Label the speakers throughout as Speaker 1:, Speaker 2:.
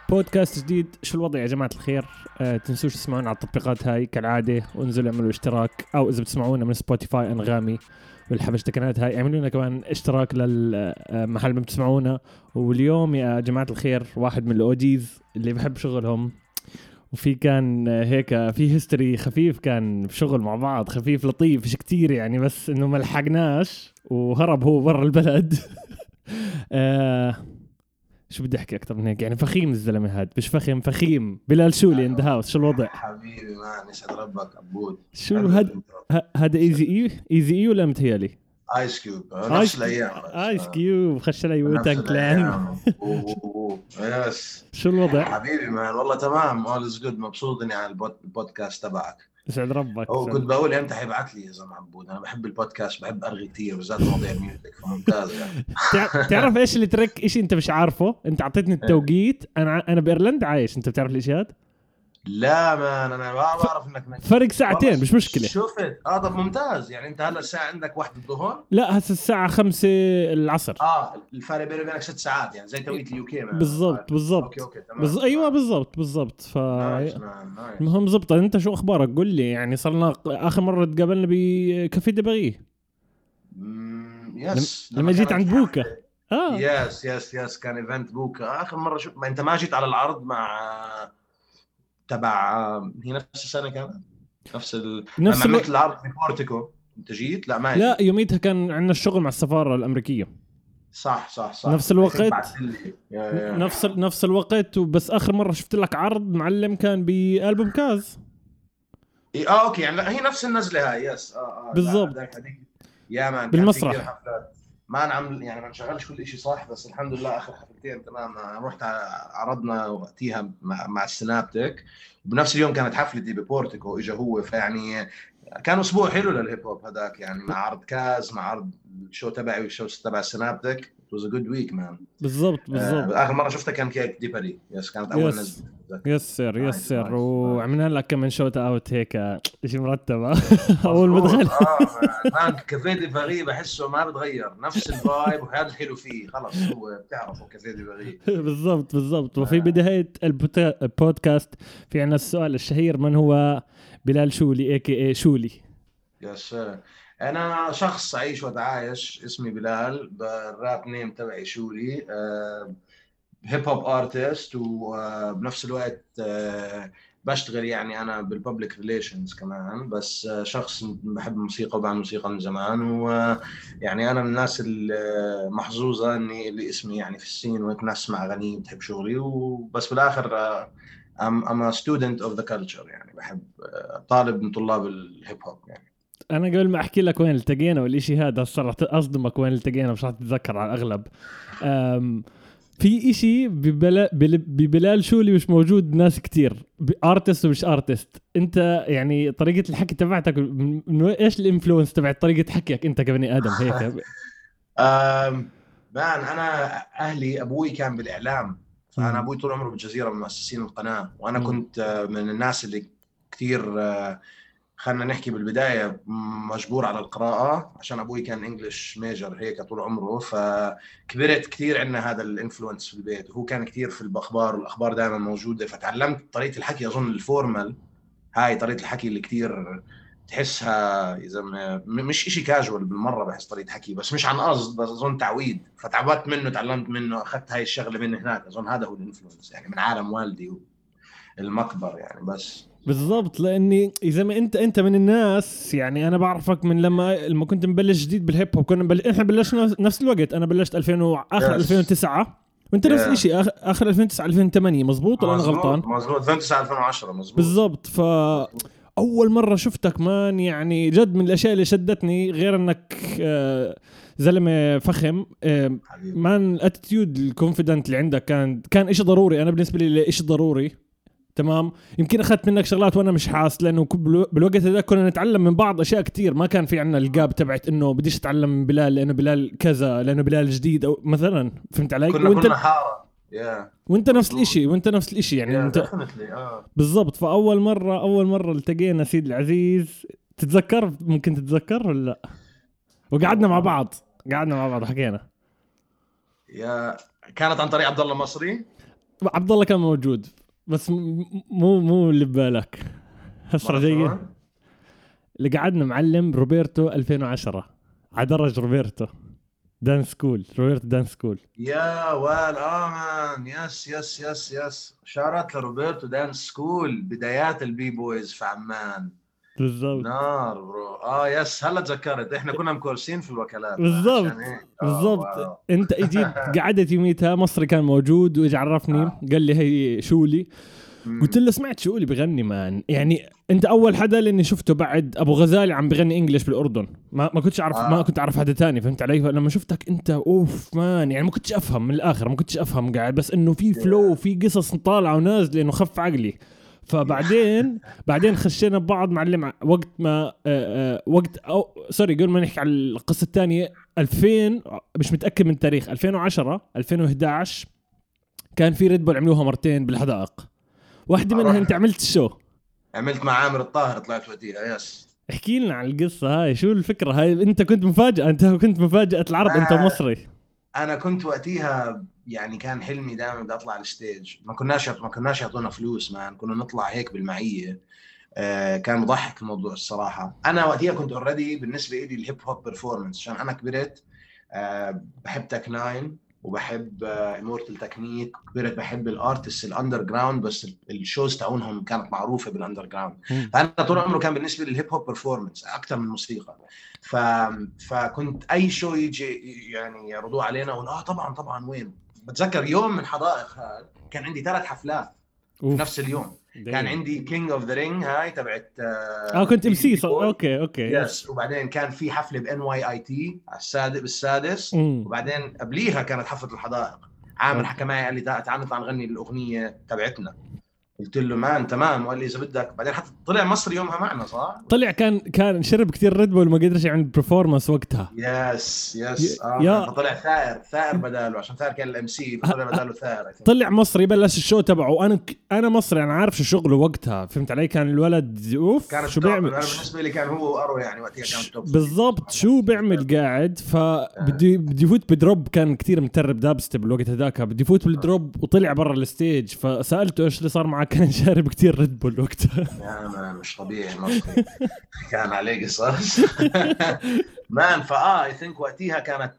Speaker 1: بودكاست جديد. شو الوضع يا جماعة الخير؟ تنسوش تسمعونا على التطبيقات هاي كالعادة، وانزلوا اعملوا اشتراك، أو إذا بتسمعونا من سبوتيفاي أنغامي والحبشتكنات هاي اعملوا لنا كمان اشتراك للمحل ما بتسمعونا. واليوم يا جماعة الخير واحد من الأوجيز اللي بحب شغلهم، وفي كان هيك في هيستوري خفيف، كان في شغل مع بعض خفيف لطيف مش كتير يعني، بس إنه ما لحقناش وهرب هو برا البلد. شو بدي احكي اكثر من هيك يعني؟ فخيم الزلمه هاد، مش فخيم بلال شولي ان ذا هاوس. شو الوضع
Speaker 2: حبيبي؟ ما يسعد ربك عبود.
Speaker 1: شو هاد؟ هذا ايزي ولا متهيالي؟
Speaker 2: ايس كيوب نفس الايام
Speaker 1: ايس كيوب خش علي
Speaker 2: نفس
Speaker 1: ووتان كلان.
Speaker 2: الايام. يس
Speaker 1: شو الوضع؟
Speaker 2: حبيبي مان، والله تمام، اول از جود. مبسوط اني على البودكاست تبعك.
Speaker 1: يسعد ربك.
Speaker 2: كنت بقول امتى حيبعت لي يا زلمه عبود، انا بحب البودكاست، بحب ارغي كثير بالذات مواضيع الميوزك، فممتاز يعني.
Speaker 1: تعرف ايش اللي ترك؟ إشي انت مش عارفه، انت اعطيتني التوقيت. انا بايرلندا عايش، انت بتعرف الاشي هاد؟
Speaker 2: لا مان، انا ما بعرف انك
Speaker 1: فرق ساعتين مش مشكله.
Speaker 2: شفت طب ممتاز يعني. انت هلا الساعه عندك 1 الظهر؟
Speaker 1: لا هسه الساعه 5 العصر.
Speaker 2: الفرق بيني وبينك 6 ساعات يعني، زي توقيت اليو كي.
Speaker 1: بالضبط
Speaker 2: اوكي تمام.
Speaker 1: ايوه بالضبط
Speaker 2: نايس.
Speaker 1: المهم زبطة. انت شو اخبارك؟ قل لي يعني، صرنا اخر مرة تقابلنا بكافيه دبغي
Speaker 2: يس
Speaker 1: لما جيت عند بوكا.
Speaker 2: يس كان ايفنت بوكا اخر مرة. شو ما انت ما جيت على العرض مع تبع هي نفس السنة كانت لما عملت العرض في بورتيكو انت جيت؟ لا ما
Speaker 1: لا
Speaker 2: جيت.
Speaker 1: يوميتها كان عندنا الشغل مع السفارة الامريكية.
Speaker 2: صح
Speaker 1: نفس الوقت. نفس الوقت. وبس اخر مرة شفت لك عرض معلم كان بألبوم كاز.
Speaker 2: اوكي يعني هي نفس النزلة هاي. يس
Speaker 1: بالضبط.
Speaker 2: لا يا مان
Speaker 1: بالمسرح.
Speaker 2: كان في حفلات. ما نعمل يعني، ما نشغلش كل شيء صح، بس الحمد لله اخر حفلتين تمام. رحت عرضنا وقتها مع السنابتك، وبنفس اليوم كانت حفلتي ببورتيكو، اجى هو. فيعني كان اسبوع حلو للهيب هوب هذاك يعني، مع عرض كاز، مع عرض الشو تبعي والشو تبع السنابتك. It was a good week man.
Speaker 1: بالضبط.
Speaker 2: اخر مره شفتها كان كيك ديبالي. يس كانت اول نزله.
Speaker 1: يس سر وعملنا لك كمان شوت اوت هيك شيء مرتب. اول ما دخل
Speaker 2: مان كافيه دي باري بحسه ما بتغير، نفس الفايب، وهذا الحلو فيه. خلص هو بتعرفه كافيه دي باري.
Speaker 1: بالضبط. وفي بداية البودكاست في عنا السؤال الشهير: من هو بلال شولي AKA شولي؟
Speaker 2: يس انا شخص عايش وتعايش، اسمي بلال، بالراب نيم تبعي شولي. هيب هوب ارتست، وبنفس الوقت بشتغل يعني انا بالببليك ريليشنز كمان. بس شخص بحب الموسيقى وبعمل موسيقى من زمان، ويعني انا من الناس المحظوظه اني اللي اسمي يعني في السين، وهيك ناس تسمع اغاني وتحب شغلي. وبس بالاخر I'm a student of the culture يعني، بحب طالب من طلاب الهيب هوب يعني.
Speaker 1: انا قبل ما احكي لك وين التقينا والاشي هذا، صرت اصدمك وين التقينا، مش راح تتذكر على الاغلب. في اشي ببلال شولي مش موجود بناس كتير، ارتست ومش ارتست. انت يعني طريقة الحكي تبعتك ايش الانفلونس تبعت طريقة حكيك انت كبني ادم هيك؟
Speaker 2: مان انا اهلي، ابوي كان بالاعلام، فانا ابوي طول عمره بالجزيره من مؤسسين القناه، وانا كنت من الناس اللي كثير خلينا نحكي بالبدايه مجبور على القراءه، عشان ابوي كان انجلش ميجر هيك طول عمره. فكبرت كثير عندنا هذا الانفلونس في البيت، وهو كان كثير في الاخبار، والاخبار دائما موجوده. فتعلمت طريقه الحكي، اظن الفورمال، هاي طريقه الحكي اللي كثير تحسها اذا مش إشي كاجوال بالمره، بحس طريقه حكي بس مش عن قصد، بس اظن تعويد. فتعودت منه، تعلمت منه، اخذت هاي الشغله من هناك. اظن هذا هو الانفلونس يعني، من عالم والدي المكبر يعني. بس
Speaker 1: بالضبط، لاني اذا ما انت من الناس يعني، انا بعرفك من لما كنت مبلش جديد بالهيب هوب. احنا بلشنا نفس الوقت، انا بلشت 2000 اخر 2009، وانت نفس الشيء اخر 2009 2008. مزبوط ولا انا غلطان؟
Speaker 2: مزبوط 2009 2010 مزبوط.
Speaker 1: بالضبط. اول مره شفتك مان يعني جد من الاشياء اللي شدتني، غير انك زلمه فخم، مان الاتيتيود الكونفيدنت اللي عندك كان إشي ضروري. انا بالنسبه لي إشي ضروري تمام. يمكن اخذت منك شغلات وانا مش حاس، لانه بالوقت هذا كنا نتعلم من بعض اشياء كتير. ما كان في عنا الجاب تبعت انه بديش اتعلم من بلال لانه بلال كذا، لانه بلال جديد او مثلا، فهمت علي؟
Speaker 2: كنا حاره
Speaker 1: وانت نفس الاشي يعني. انت بالضبط. فاول مره التقينا سيد العزيز، تتذكر؟ ممكن تتذكر ولا لا؟ وقعدنا مع بعض وحكينا.
Speaker 2: كانت عن طريق عبد الله مصري.
Speaker 1: عبد الله كان موجود بس مو اللي ببالك. هسه جاي اللي قعدنا معلم روبرتو 2010 عدرج روبرتو دان سكول. روبرتو دان سكول
Speaker 2: يا مان يس شارت لروبرتو دان سكول بدايات البي بويز في عمان.
Speaker 1: بالضبط
Speaker 2: نار برو. يس هلا تذكرت احنا كنا مكورسين في الوكالات
Speaker 1: بالضبط بالضبط. انت اجيت قعدت يوميتها مصري كان موجود واجى عرفني قال لي هي شولي. قلت له سمعت شولي بغني مان، يعني انت اول حدا لاني شفته بعد ابو غزالي عم بغني انجليش بالاردن. ما كنتش اعرف ما كنت اعرف حدا تاني، فهمت علي؟ فلما شفتك انت اوف مان، يعني ما كنتش افهم من الاخر، ما كنتش افهم قاعد بس انه في فلو وفي قصص طالعه ونازله انه خف عقلي. بعدين خشينا ببعض معلم وقت ما وقت او سوري قبل ما نحكي على القصه الثانيه 2000 مش متاكد من التاريخ 2010 2011 كان في ريد بول عملوها مرتين بالحدائق، واحده منها انت عملت الشو،
Speaker 2: عملت مع عامر الطاهر طلعت وقتها. يس
Speaker 1: احكي لنا عن القصه هاي، شو الفكره هاي؟ انت كنت مفاجاه العرض، انت مصري.
Speaker 2: انا كنت وقتها يعني كان حلمي دائما بدي اطلع على الستيج. ما كناش يعطونا فلوس، ما كنا نطلع هيك بالمعيه. كان مضحك الموضوع الصراحه. انا وقتها كنت اوريدي بالنسبه لي الهيب هوب بيرفورمانس، عشان انا كبرت بحب تك ناين وبحب امورتال تكنيك. كبرت بحب الارتست الاندر جراوند، بس الشوز تاعونهم كانت معروفه بالاندر جراوند. فانا طول عمره كان بالنسبه لي الهيب هوب بيرفورمانس اكثر من الموسيقى. فكنت اي شو يجي يعني يعرضوه علينا ونقول طبعا وين. بتذكر يوم من حدائق هذا كان عندي 3 حفلات في نفس اليوم. كان عندي كينج اوف ذا رينج هاي تبعت
Speaker 1: كنت ام سي. اوكي
Speaker 2: يس. وبعدين كان في حفله بان واي اي تي بالسادس. وبعدين قبليها كانت حفله الحدائق. عامر حكى معي قال لي تعال نطلع نغني الاغنيه تبعتنا. قلت له مان تمام، وقال لي اذا بدك. بعدين حتى طلع مصري يومها معنا صح؟
Speaker 1: طلع كان شرب كثير ريد بول وما قدرش يعمل برفورمانس وقتها.
Speaker 2: يس فطلع ثائر بداله، عشان ثائر كان الام سي، فطلع بداله ثائر.
Speaker 1: طلع مصري بلش الشو تبعه، وانا مصري، انا عارف شو شغله وقتها، فهمت علي؟ كان الولد شو بيعمل.
Speaker 2: بالنسبه لي كان هو ارو يعني وقتها كان توب
Speaker 1: بالضبط. شو بيعمل قاعد، فبدي يفوت بدروب. كان كتير مترب دابستب الوقت هذاك، بدي يفوت بالدروب وطلع برا الستيج. فسالته ايش اللي صار معك؟ كان شارب كتير ريد بول وقتها.
Speaker 2: يا مان مش طبيعي مصري. كان عليه قصص مان. اي ثينك وقتها كانت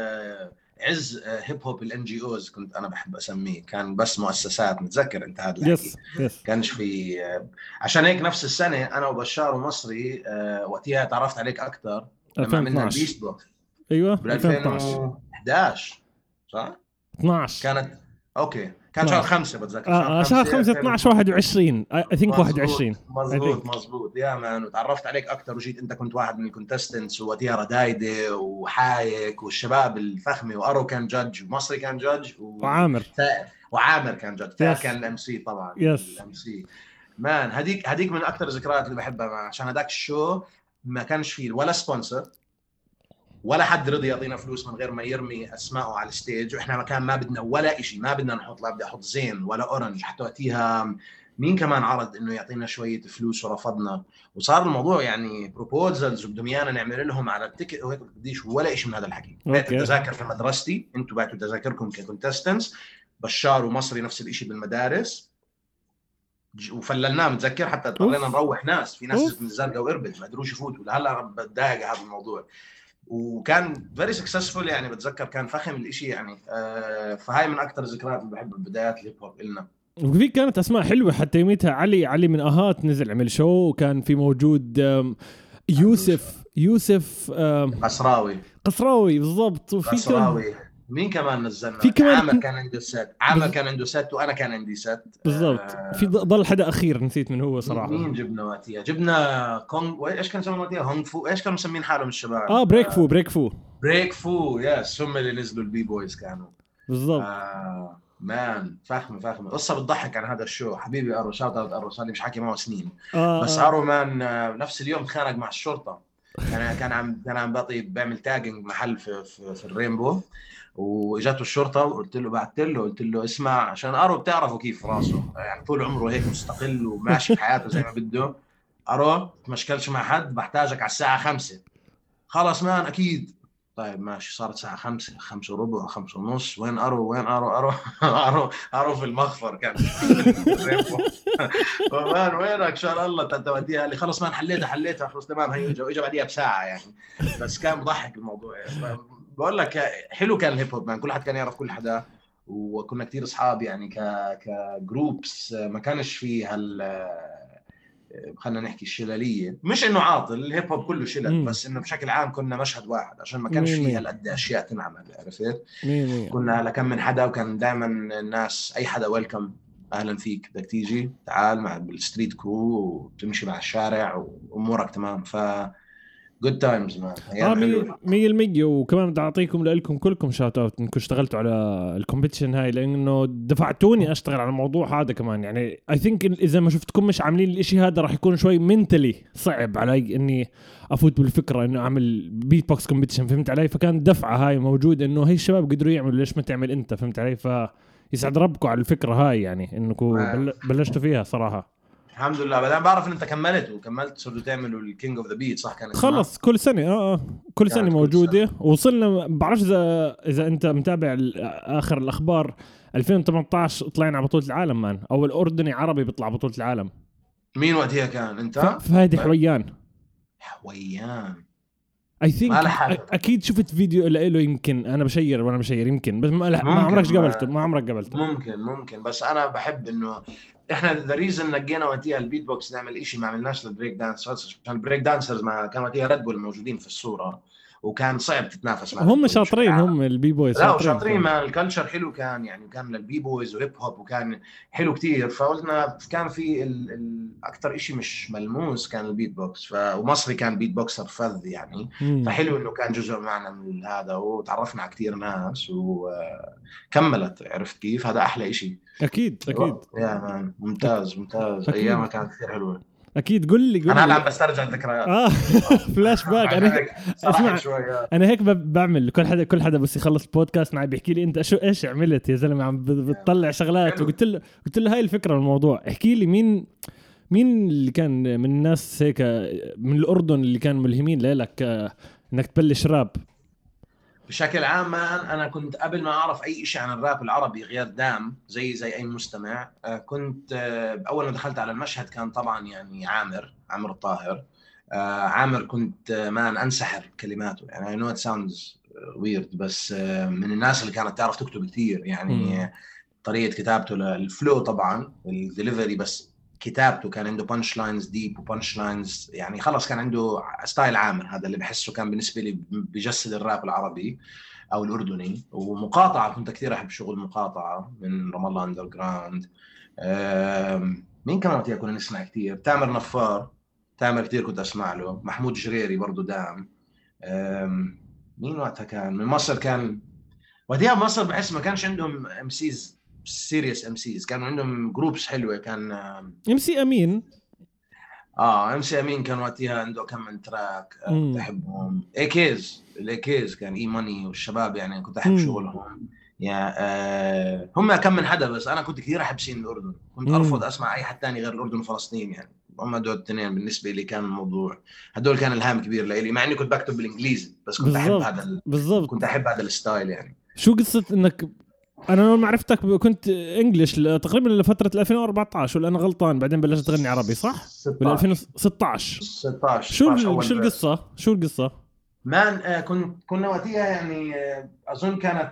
Speaker 2: عز هيب هوب الان جي اوز، كنت انا بحب اسميه. كان بس مؤسسات، متذكر انت هذا الحكي؟ كانش في عشان هيك نفس السنه انا وبشار ومصري وقتها تعرفت عليك اكثر لما عملنا البيست بوك.
Speaker 1: ايوه
Speaker 2: ب 2011 صح؟
Speaker 1: 12
Speaker 2: كانت اوكي. كان شهر 5 بتذكر.
Speaker 1: شهر 5 12 21 I think 21.
Speaker 2: مزبوط يا مان. وتعرفت عليك اكثر وجيت انت كنت واحد من الكونتستنتس، ووقتها ردايده وحايك والشباب الفخمه، وارو كان جادج ومصري كان جادج وعامر كان جادج. كان الام سي طبعا. الام سي مان. هذيك من اكثر الذكريات اللي بحبها، عشان هذاك الشو ما كانش فيه ولا سبونسر ولا حد رضي يعطينا فلوس من غير ما يرمي اسماءه على الستيج. واحنا ما بدنا ولا شيء، ما بدنا نحط، لا بدي احط زين ولا اورنج. حتى وقتها مين كمان عرض انه يعطينا شويه فلوس ورفضنا، وصار الموضوع يعني بروبوزلز وبدهم ايانا نعمل لهم على التيكت وهيك. بديش ولا شيء من هذا الحكي. بعت التذاكر في مدرستي، انتم بعتوا تذاكركم ككونتستنتس. بشار ومصري نفس الشيء بالمدارس، وفللناه. متذكر حتى اضطرينا نروح ناس، في ناس من الزرقاء واربد ما قدروش يفوتوا. لهلا بتضايق هذا الموضوع. وكان فيري سكسسفول يعني. بتذكر كان فخم الاشي يعني. فهاي من اكثر الذكريات اللي بحب بدايات الهيب هوب إلنا.
Speaker 1: وفي كانت اسماء حلوه حتى يوميتها. علي من اهات نزل عمل شو، وكان في موجود يوسف قصراوي بالضبط. وفي مين كمان نزلنا؟ في كمان عامر كان عنده ست وانا كان عندي ست بالضبط. في ضل حدا اخير نسيت من هو صراحه.
Speaker 2: مين جبنا وقتها؟ جبنا كونغ. ايش كان اسمه وقتها؟ هونغ فو. ايش كانوا مسمين حالهم الشباب؟ بريك فو يس. هم اللي نزلوا البي بويز كانوا
Speaker 1: بالضبط.
Speaker 2: مان فاخمه قصه بتضحك عن هذا الشو. حبيبي ارو، شاوت اوت ارو، صار لي مش حكي معه سنين. بس ارو مان نفس اليوم تخانق مع الشرطه. كان عم بعمل تاجنج محل في الرينبو، واجته الشرطه وقلت له اسمع، عشان ارو بتعرفوا كيف راسه يعني طول عمره هيك مستقل وماشي بحياته زي ما بده. ارو مشكلش مع حد، بحتاجك على الساعه 5. خلاص مان اكيد. طيب ماشي، صارت الساعة 5، 5 وربع، 5 ونص، وين أرو في المخفر كان مان وينك شاء الله توديها؟ قال لي خلص مان حليتها خلص تمام هي اجى بعديها بساعة يعني. بس كان مضحك الموضوع يعني. بقول لك حلو كان الهيب هوب مان، كل حد كان يعرف كل حدا، وكنا كتير اصحاب يعني كجروبس، ما كانش فيه خلينا نحكي الشلاليه، مش انه عاطل الهيب هوب كله شلل، بس انه بشكل عام كنا مشهد واحد عشان ما كانش فيه هالقد اشياء تنعمل، عرفت؟
Speaker 1: 100.
Speaker 2: كنا لكم من حدا، وكان دائما الناس اي حدا ويلكم، اهلا فيك بدك تيجي تعال مع بالستريت كرو وتمشي مع الشارع وامورك تمام. ف جود تايمز مان، ايام حلوه.
Speaker 1: 100%. وكمان بدي اعطيكم لكم كلكم شات اوت انكم اشتغلتوا على الكومبيتيشن هاي، لانه دفعتوني اشتغل على الموضوع هذا كمان. يعني اي ثينك اذا ما شفتكم مش عاملين الاشي هذا راح يكون شوي منتلي صعب علي اني افوت بالفكره انه اعمل بيت بوكس كومبيتيشن، فهمت علي؟ فكان دفعه هاي موجود انه هي الشباب قدروا يعملوا، ليش ما تعمل انت؟ فهمت علي؟ فيسعد ربكم على الفكره هاي، يعني انكم بلشتوا فيها صراحه.
Speaker 2: الحمد لله. بعدين بعرف ان انت كملت صرتوا تعملوا الكينج اوف ذا بيت، صح كان اسمها؟
Speaker 1: خلص كل سنة كل سنة
Speaker 2: كانت كل
Speaker 1: موجودة.
Speaker 2: سنة.
Speaker 1: وصلنا بعرفش إذا أنت متابع آخر الأخبار، 2018 طلعنا على بطولة العالم مان، أول أردني عربي بيطلع بطولة العالم.
Speaker 2: مين وقتها كان انت؟
Speaker 1: فهدي حويان.
Speaker 2: حويان.
Speaker 1: اي
Speaker 2: ما
Speaker 1: ثينك
Speaker 2: لحقت.
Speaker 1: اكيد شفت فيديو له، يمكن انا بشير وانا بشير يمكن، بس ما عمرك
Speaker 2: ممكن
Speaker 1: قابلته، ما عمرك قابلته.
Speaker 2: ممكن بس انا بحب انه احنا ذا ريزن نجينا وقتها البيت بوكس نعمل شيء، ما عملناش البريك دانسرز عشان البريك دانسرز ما كان وقتها ريد بول موجودين في الصوره، وكان صعب تتنافس مع ريد
Speaker 1: هم
Speaker 2: بول بشكل
Speaker 1: شاطرين،
Speaker 2: عام.
Speaker 1: هم البي بويز
Speaker 2: لا
Speaker 1: شاطرين
Speaker 2: وشاطرين، ما الكلتشر حلو كان يعني، وكان للبي بويز وهيب هوب وكان حلو كتير. فقلنا كان في اكثر شيء مش ملموس كان البيت بوكس، ومصري كان بيت بوكسر فذ يعني. فحلو انه كان جزء معنا من هذا، وتعرفنا على كتير ناس وكملت، عرفت كيف؟ هذا احلى شيء.
Speaker 1: اكيد
Speaker 2: يا مان ممتاز ايامها
Speaker 1: اكيد
Speaker 2: كانت كثير حلوه.
Speaker 1: اكيد. قل
Speaker 2: انا هلا
Speaker 1: لي
Speaker 2: عم بسترجع الذكريات.
Speaker 1: فلاش باك.
Speaker 2: عشان هيك صراحه
Speaker 1: اسمع،
Speaker 2: شوي.
Speaker 1: انا هيك بعمل كل حدا بس يخلص البودكاست معي بيحكي لي انت ايش عملت يا زلمه، عم بتطلع شغلات. قلت له هاي الفكره من الموضوع. احكي لي مين اللي كان من الناس هيك من الاردن اللي كان ملهمين لك انك تبلش راب
Speaker 2: بشكل عام انا كنت قبل ما اعرف اي شيء عن الراب العربي غير دام زي اي مستمع، كنت اول ما دخلت على المشهد كان طبعا يعني عامر الطاهر. عامر كنت انسحر كلماته يعني. I know it sounds weird، بس من الناس اللي كانت تعرف تكتب كثير يعني. طريقة كتابته للفلو طبعا الدليفري، بس كتابته كان عنده بانش لاينز ديب وبانش لاينز يعني. خلص كان عنده ستايل عامر، هذا اللي بحسه كان بالنسبة لي بجسد الراب العربي او الاردني. ومقاطعة كنت كثير احب شغل مقاطعة من رام الله اندر جراوند. مين كمان كنا نسمع كثير؟ تامر نفار. تامر كثير كنت اسمع له. محمود جريري برضو دام. مين وقتها كان من مصر؟ كان وقتها مصر بحس ما كانش عندهم ام سيز سيريس، ام سيز كانوا عندهم جروبس حلوه. كان
Speaker 1: ام سي امين.
Speaker 2: ام سي امين كان وقتها عنده كم من تراك كنت احبهم. الايكيز كان اي ماني والشباب يعني كنت احب شغلهم. يا هم كم من حدا، بس انا كنت كثير احب سين الاردن. كنت ارفض اسمع اي حد ثاني غير الاردن وفلسطين يعني. هم هدول الاثنين بالنسبه لي كان الموضوع، هدول كان الهام كبير لي، مع اني كنت بكتب بالانجليزي بس كنت احب هذا كنت احب هذا الستايل يعني.
Speaker 1: شو قصه انك انا ما عرفتك كنت انجلش تقريبا لفتره 2014 ولا انا غلطان؟ بعدين بلشت تغني عربي صح؟ ولا 2016؟ شو القصه
Speaker 2: مان كنا وقتها يعني اظن كانت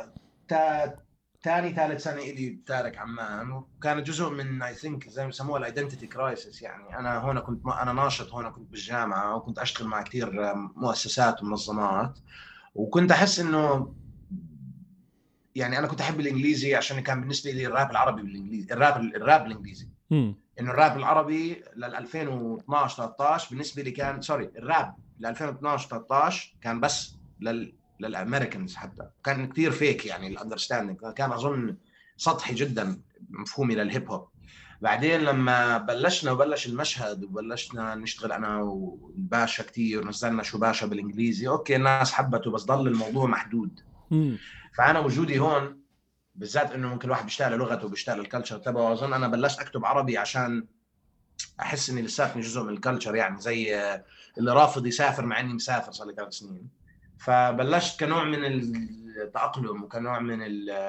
Speaker 2: ثاني ثالث سنه الي تارك عمان، وكان جزء من اي ثينك زي ما يسموها الايدنتيتي كرايسيس يعني. انا هون كنت انا ناشط هون، كنت بالجامعه وكنت اشتغل مع كثير مؤسسات ومنظمات، وكنت احس انه يعني انا كنت احب الانجليزي عشان كان بالنسبه لي الراب العربي بالانجليزي، الراب الانجليزي. انه الراب العربي لل 2012 13 بالنسبه لي كان الراب ل 2012 13 كان بس للامريكانز، حتى كان كثير فيك يعني. الاندرستاندينج كان اظن سطحي جدا مفهومي للهيب هوب. بعدين لما بلش المشهد وبلشنا نشتغل انا والباشا كثير، نزلنا شو باشا بالانجليزي، اوكي الناس حبته، بس ضل الموضوع محدود. فانا وجودي هون بالذات انه ممكن الواحد بيشتغل لغته وبيشتغل الكالتشر تبعه، اظن انا بلشت اكتب عربي عشان احس اني لساتني جزء من الكالتشر يعني. زي اللي رافض يسافر مع اني مسافر صار لي 3 سنين. فبلشت كنوع من التأقلم وكنوع من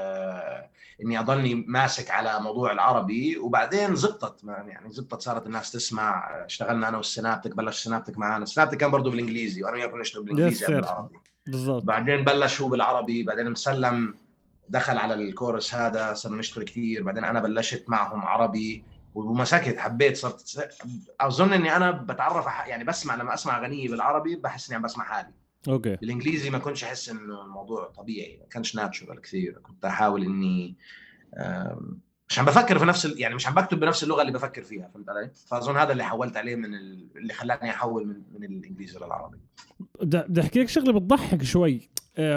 Speaker 2: اني اضلني ماسك على موضوع العربي. وبعدين زبطت يعني زبطت، صارت الناس تسمع، اشتغلنا انا والسنابتك، بلش سنابتك معنا. السنابتك كان برضه بالانجليزي وانا وياه كنا نشتغل بالانجليزي قبل العربي.
Speaker 1: بالضبط.
Speaker 2: بعدين بلش هو بالعربي، بعدين مسلم دخل على الكورس هذا، صرنا نشتغل كثير. بعدين انا بلشت معهم عربي ومسكت، حبيت، صرت اظن اني انا بتعرف يعني بسمع، لما اسمع اغنيه بالعربي بحس اني عم بسمع حالي.
Speaker 1: اوكي.
Speaker 2: بالانجليزي ما كنتش احس انه الموضوع طبيعي، ما كانش ناتشورال كثير. كنت احاول اني مش عم بفكر في نفس يعني مش عم بكتب بنفس اللغه اللي بفكر فيها، فهمت علي؟ فاظن هذا اللي حولت عليه من اللي خلاني احول من الانجليزي للعربي.
Speaker 1: بدي احكي لك شغله بتضحك شوي.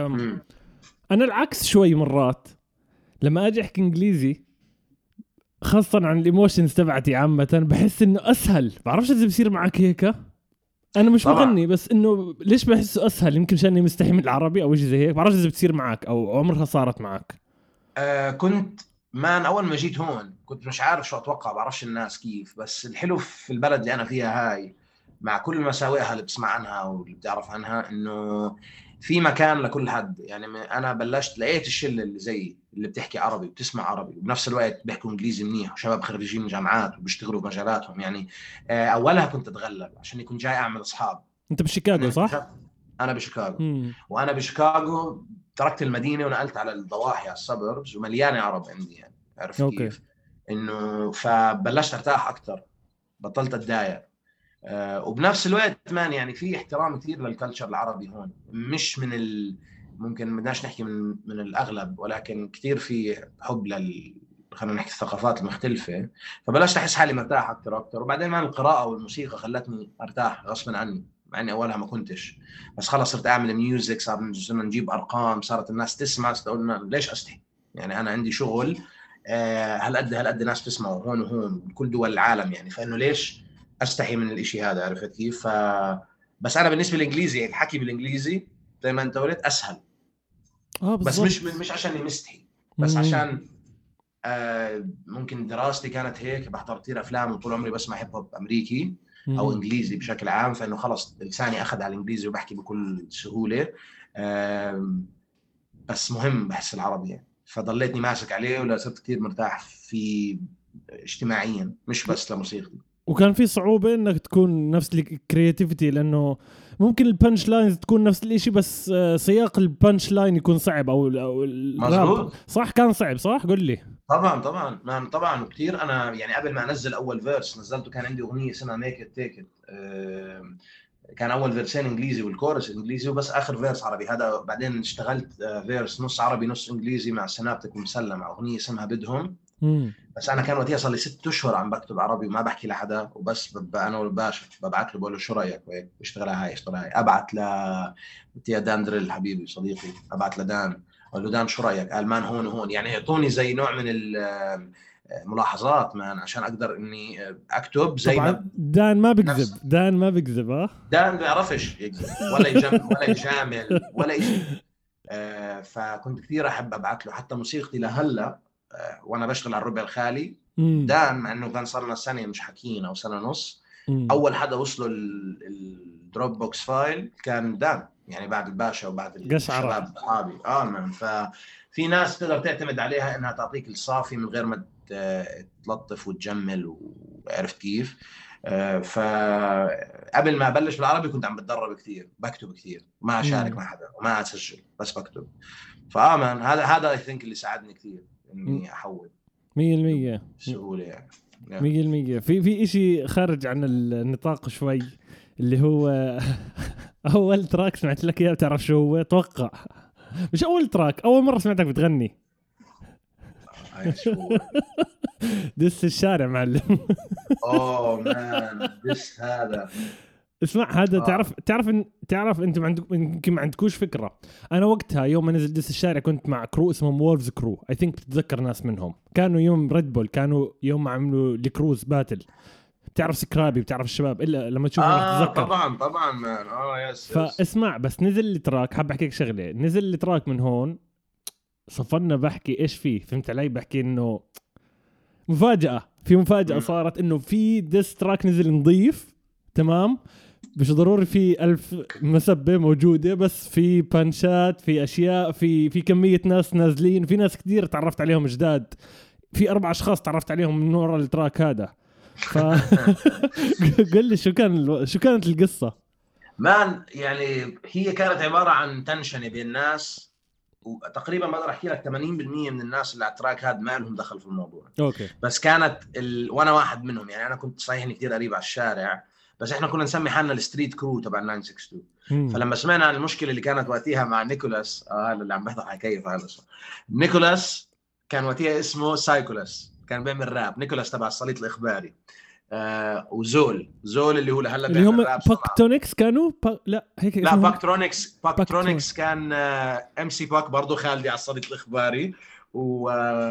Speaker 1: انا العكس شوي مرات لما اجي احكي انجليزي، خاصه عن الايموشنز تبعتي عامه، بحس انه اسهل. بعرفش اذا بصير معك هيك. انا مش
Speaker 2: طبعاً.
Speaker 1: مغني، بس انه ليش بحسه اسهل؟ يمكن عشان مستحي من العربي او شيء زي هيك. بعرفش اذا بتصير معك او عمرها صارت معك.
Speaker 2: كنت اول ما جيت هون كنت مش عارف شو اتوقع، بعرفش الناس كيف. بس الحلو في البلد اللي انا فيها هاي، مع كل مساوئها اللي بسمع عنها واللي بتعرف عنها، انه في مكان لكل حد. يعني انا بلشت لقيت الشله اللي زي اللي بتحكي عربي وبتسمع عربي وبنفس الوقت بيحكوا انجليزي منيح، وشباب خريجين جامعات وبيشتغلوا بمجالاتهم. يعني اولها كنت اتغلب عشان كنت جاي اعمل اصحاب.
Speaker 1: انت بشيكاغو صح؟
Speaker 2: انا بشيكاغو. وانا بشيكاغو تركت المدينه ونقلت على الضواحي، على السبربز، ومليانه عرب عندي. يعني عرفت
Speaker 1: أوكي.
Speaker 2: كيف انه فبلشت ارتاح اكثر، بطلت اتضايق. وبنفس الوقت مان يعني في احترام كثير للكلتشر العربي هون، مش من ممكن ما بدناش نحكي من الاغلب، ولكن كثير في حب خلينا نحكي الثقافات المختلفه. فبلشت احس حالي مرتاح اكثر. وبعدين مان القراءه والموسيقى خلتني ارتاح غصبا عني، مع اني اولها ما كنتش. بس خلص صرت اعمل ميوزك، صرنا نجيب ارقام، صارت الناس تسمع. قلنا ليش استحي؟ يعني انا عندي شغل هالقد ناس تسمعوا هون وهون بكل دول العالم. يعني فانه ليش استحي من الاشي هذا؟ عرفت كيف؟ بس انا بالنسبه للانجليزي، الحكي بالانجليزي زي ما انت قلت اسهل. بس مش عشان مستحي، بس عشان ممكن دراستي كانت هيك، بحضر كثير افلام وطول عمري بسمع هيب هوب امريكي او انجليزي بشكل عام. فانه خلص لساني اخذ على الانجليزي وبحكي بكل سهوله. بس مهم بحس العربي يعني، فضليتني ماسك عليه ولا صرت كثير مرتاح في اجتماعيا، مش بس لموسيقتي.
Speaker 1: وكان في صعوبة انك تكون نفس الكرياتيفيتي، لانه ممكن البانش لاينز تكون نفس الاشي، بس سياق البانش لاين يكون صعب او
Speaker 2: مزبوط.
Speaker 1: صح؟ كان صعب صح؟ قل لي.
Speaker 2: طبعا وكثير. انا يعني قبل ما انزل اول فيرس نزلته، كان عندي اغنيه اسمها ميك ات تيك ات. كان اول فيرسين انجليزي والكورس انجليزي وبس اخر فيرس عربي. هذا بعدين اشتغلت فيرس نص عربي نص انجليزي مع سنابتك ومسلم، اغنيه اسمها بدهم. بس انا كان وقتها صار لي 6 اشهر عم بكتب عربي وما بحكي لحدا، وبس انا والباشا ببعث له بقول له شو رايك وهيك، اشتغلها هاي اشتغلها هاي. ابعث يا دان دريل حبيبي صديقي، ابعث لدان اقول له دان شو رايك؟ قال مان هون وهون. يعني يعطوني زي نوع من ملاحظات مان عشان اقدر اني اكتب زي
Speaker 1: طبعا
Speaker 2: ما
Speaker 1: دان ما بكذب. دان ما بكذب.
Speaker 2: دان بيعرفش يكذب ولا يجامل ولا شيء. فكنت كثير احب ابعث له حتى موسيقتي لهلا. وانا بشتغل على الربع الخالي. دان مع انه كان صار لنا سنه مش حكينا او سنه ونص، اول حدا وصله الدروب بوكس فايل كان دان. يعني بعد الباشا وبعد الشباب اصحابي. ففي ناس تقدر تعتمد عليها انها تعطيك الصافي من غير ما تلطف وتجمل، وعرفت كيف. فقبل ما ابلش بالعربي كنت عم بتدرب كثير، بكتب كثير، ما اشارك مع حدا وما اسجل، بس بكتب. فآمن هذا I think اللي ساعدني كثير اني احول
Speaker 1: 100%
Speaker 2: بسهوله يعني.
Speaker 1: 100%. في اشي خارج عن النطاق شوي، اللي هو اول تراك سمعت لك اياه، بتعرف شو هو؟ توقع. مش اول تراك، اول مره سمعتك بتغني. دس الشارع معلم.
Speaker 2: اوه مان دس هذا.
Speaker 1: اسمع هذا تعرف انت يمكن ما عندكوش فكره. انا وقتها يوم ما نزل دس الشارع كنت مع كرو اسمه وولفز كرو، اي ثينك بتتذكر ناس منهم. كانوا يوم ريد بول، كانوا يوم ما عملوا الكروز باتل. بتعرف سكرابي، بتعرف الشباب، الا لما تشوفهم تتذكر.
Speaker 2: طبعا مان. يس.
Speaker 1: فاسمع بس نزل التراك، حاب احكي لك شغله. نزل التراك من هون صفنا بحكي ايش فيه، فهمت علي؟ بحكي انه مفاجاه صارت، انه في ديس تراك نزل نظيف تمام. مش ضروري في 1000 مسبة موجودة، بس في بانشات، في أشياء، في كمية ناس نازلين، في ناس كتير تعرفت عليهم جداد، في 4 أشخاص تعرفت عليهم من وراء التراك هذا. قل لي شو كانت القصة؟
Speaker 2: مان يعني هي كانت عبارة عن تنشنة بين الناس، وتقريبا بقدر احكي لك 80% من الناس اللي على التراك هذا ما لهم دخل في الموضوع.
Speaker 1: اوكي.
Speaker 2: بس كانت وانا واحد منهم، يعني انا كنت صحيح اني كثير قريب على الشارع، بس احنا كنا نسمي حالنا الستريت كرو تبع 962. فلما سمعنا عن المشكله اللي كانت وقتها مع نيكولاس، اللي عم بحضر حكايه هذا نيكولاس كان وقتها اسمه سايكولاس، كان بيعمل راب. نيكولاس تبع الصليط الاخباري، وزول اللي هو لهلا
Speaker 1: اللي هم باكتونكس كانوا
Speaker 2: لا باكترونكس كان ام سي باك برضه خالدي على الصليط الاخباري، و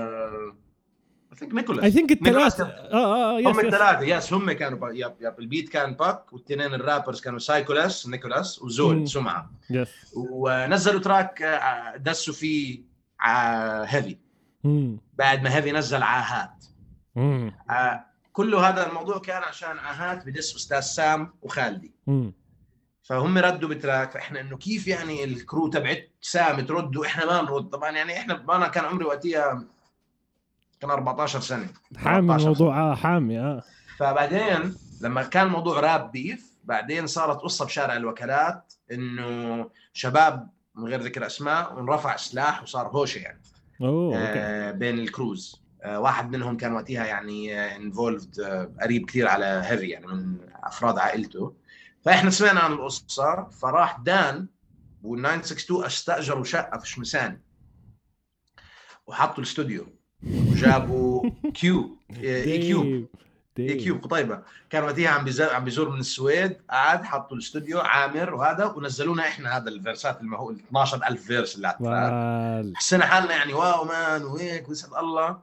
Speaker 2: نيكولاس
Speaker 1: الثلاثة
Speaker 2: هم الثلاثة هم كانوا يا البيت كان باك، والتنين الرابرز كانوا سايكولاس نيكولاس وزول سمعة. ونزلوا تراك دسوا فيه هيفي بعد ما هيفي نزل عاهات. كل هذا الموضوع كان عشان عاهات بدس أستاذ سام وخالدي. فهم ردوا بتراك، فإحنا إنه كيف يعني الكرو تبعت سام تردوا إحنا ما نرد. طبعا يعني أنا كان عمري وقتها كان 14 سنة
Speaker 1: حامي الموضوع حامي.
Speaker 2: فبعدين لما كان الموضوع راب بيف، بعدين صارت قصة بشارع الوكالات إنه شباب من غير ذكر أسماء ونرفع سلاح وصار هوشة يعني بين الكروز. واحد منهم كان وقتها يعني انفولفد قريب كثير على هيفي، يعني من أفراد عائلته. فإحنا سمعنا عن القصة، فراح دان وال962 استأجروا شقة في شمسان وحطوا الاستوديو وجابوا اي كيو قطيبة، كان وقتها عم بيزور من السويد، قعد حطوا الاستوديو عامر وهذا، ونزلونا احنا هذا الفيرسات المهول 12000 فيرس اللي على التراك. حسينا حالنا يعني واو مان وهيك ويسعد الله.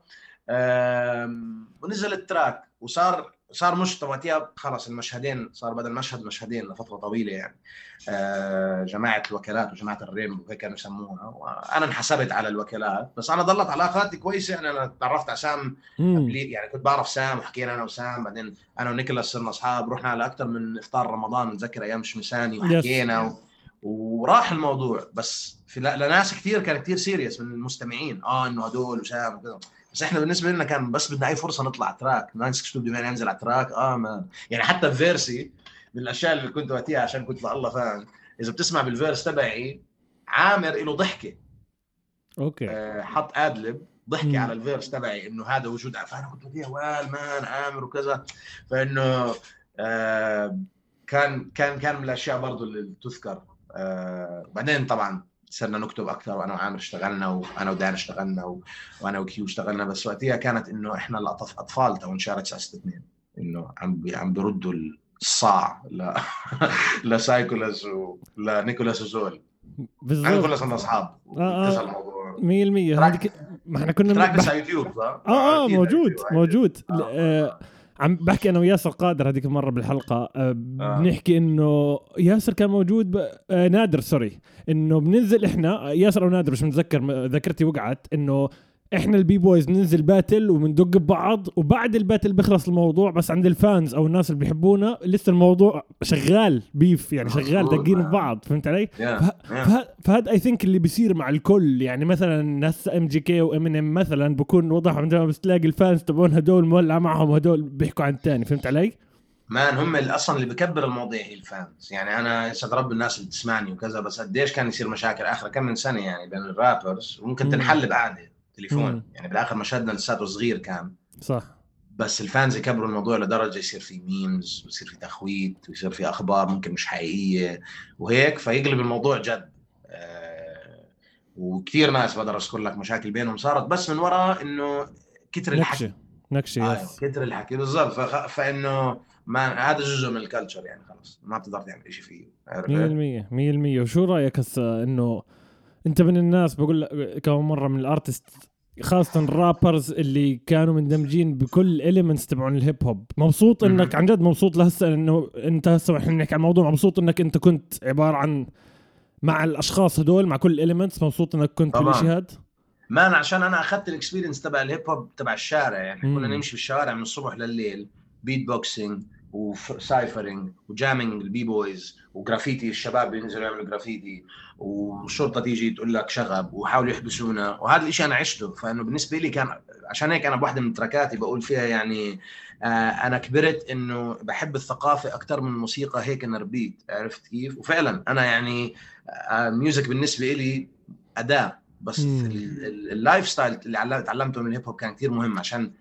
Speaker 2: ونزل التراك وصار مش وقتها خلص المشهدين، صار بدل مشهدين لفترة طويلة يعني. جماعة الوكالات وجماعة الريم وهيك كانوا يسموها، وأنا انحسبت على الوكالات، بس أنا ضلت علاقاتي كويسة يعني. أنا تعرفت على سام يعني كنت بعرف سام وحكينا أنا وسام، بعدين أنا ونيكولاس صرنا أصحاب، رحنا على أكثر من إفطار رمضان نتذكر أيام شمساني وحكينا وراح الموضوع. بس في لناس كثير كان كثير سيريس من المستمعين إنه هدول وسام وكذا، بس احنا بالنسبه لنا كان بس بدنا اي فرصه نطلع تراك 962 بدنا ننزل على تراك. ما يعني حتى فيرسي من الاشياء اللي كنت وقتها عشان كنت الله فاهم، اذا بتسمع بالفيرس تبعي عامر له ضحكه
Speaker 1: اوكي
Speaker 2: حط ادلب ضحكي على الفيرس تبعي انه هذا وجود، فانا كنت وقتها والمان عامر وكذا. فانه كان من الاشياء برضو اللي تذكر. بعدين طبعا صرنا نكتب أكثر، وأنا وعامر اشتغلنا، وأنا ودان اشتغلنا، وأنا وكيو اشتغلنا. بس وقتها كانت إنه إحنا الأطفال تو نشارك ساسة اثنين، إنه عم بيردوا الصاع لسايكولاس ولنيكولاس وزول. بالضبط كلنا صرنا أصحاب وكذا الموضوع
Speaker 1: 100%. ما إحنا كنا
Speaker 2: تراك على يوتيوب
Speaker 1: موجود عم بحكي أنا وياسر قادر هذيك المرة بالحلقة بنحكي إنه ياسر كان موجود نادر إنه بننزل إحنا ياسر أو نادر مش متذكر، ذاكرتي وقعت، إنه إحنا البي بويز ننزل باتل ومندق ببعض، وبعد الباتل بيخلص الموضوع، بس عند الفانز أو الناس اللي بيحبونا لسه الموضوع شغال بيف يعني شغال دقين ببعض، فهمت علي؟ فهذا I think اللي بيصير مع الكل. يعني مثلا ناس MGK وإمينيم مثلا بكون وضح عندما بس تلاقي الفانز تبعون هدول مولع معهم هدول بيحكوا عن الثاني، فهمت علي؟
Speaker 2: مان هم اللي اصلا اللي بكبر المواضيع هي الفانز. يعني انا يسعد رب الناس اللي تسمعني وكذا، بس قديش كان يصير مشاكل اخر كم من سنه يعني بين الرابرز، وممكن تنحل بقعده تليفون. يعني بالاخر مشهدنا لساته صغير كان
Speaker 1: صح،
Speaker 2: بس الفانز يكبروا الموضوع لدرجه يصير في ميمز ويصير في تخويت ويصير في اخبار ممكن مش حقيقيه وهيك، فيقلب الموضوع جد. وكثير ناس بقدر اذكر لك مشاكل بينهم صارت بس من وراء انه كتر الحكي كتر الحكي بالضبط. فانه ما هذا جزء من الكالتشر يعني، خلص ما بتقدر تعمل شيء فيه
Speaker 1: 100%. وشو رايك هسه انه انت من الناس بقول كم مره من الارتست خاصه الرابرز اللي كانوا مندمجين بكل اليمنتس تبعون الهيب هوب، مبسوط انك عن جد مبسوط لهسه انه انت هسه احنا نحكي عن الموضوع، مبسوط انك انت كنت عباره عن مع الاشخاص هدول مع كل الاليمنتس، مبسوط انك كنت بالشيء هذا؟
Speaker 2: ما أنا عشان انا اخذت الاكسبيرينس تبع الهيب هوب تبع الشارع يعني. كنا نمشي بالشوارع من الصبح لليل، بيت بوكسينج، وسايفرينج وجامينج البي بويز وجرافيتي، الشباب بينزلوا يعملوا جرافيتي والشرطه تيجي تقول لك شغب وحاولوا يحبسونا، وهذا الشيء انا عشته. فانه بالنسبه لي كان عشان هيك انا بواحده من تراكاتي بقول فيها يعني انا كبرت انه بحب الثقافه اكثر من الموسيقى، هيك انا ربيت، عرفت كيف؟ وفعلا انا يعني الميوزك بالنسبه لي اداه، بس اللايف ستايل اللي تعلمته من الهيب هوب كان كثير مهم، عشان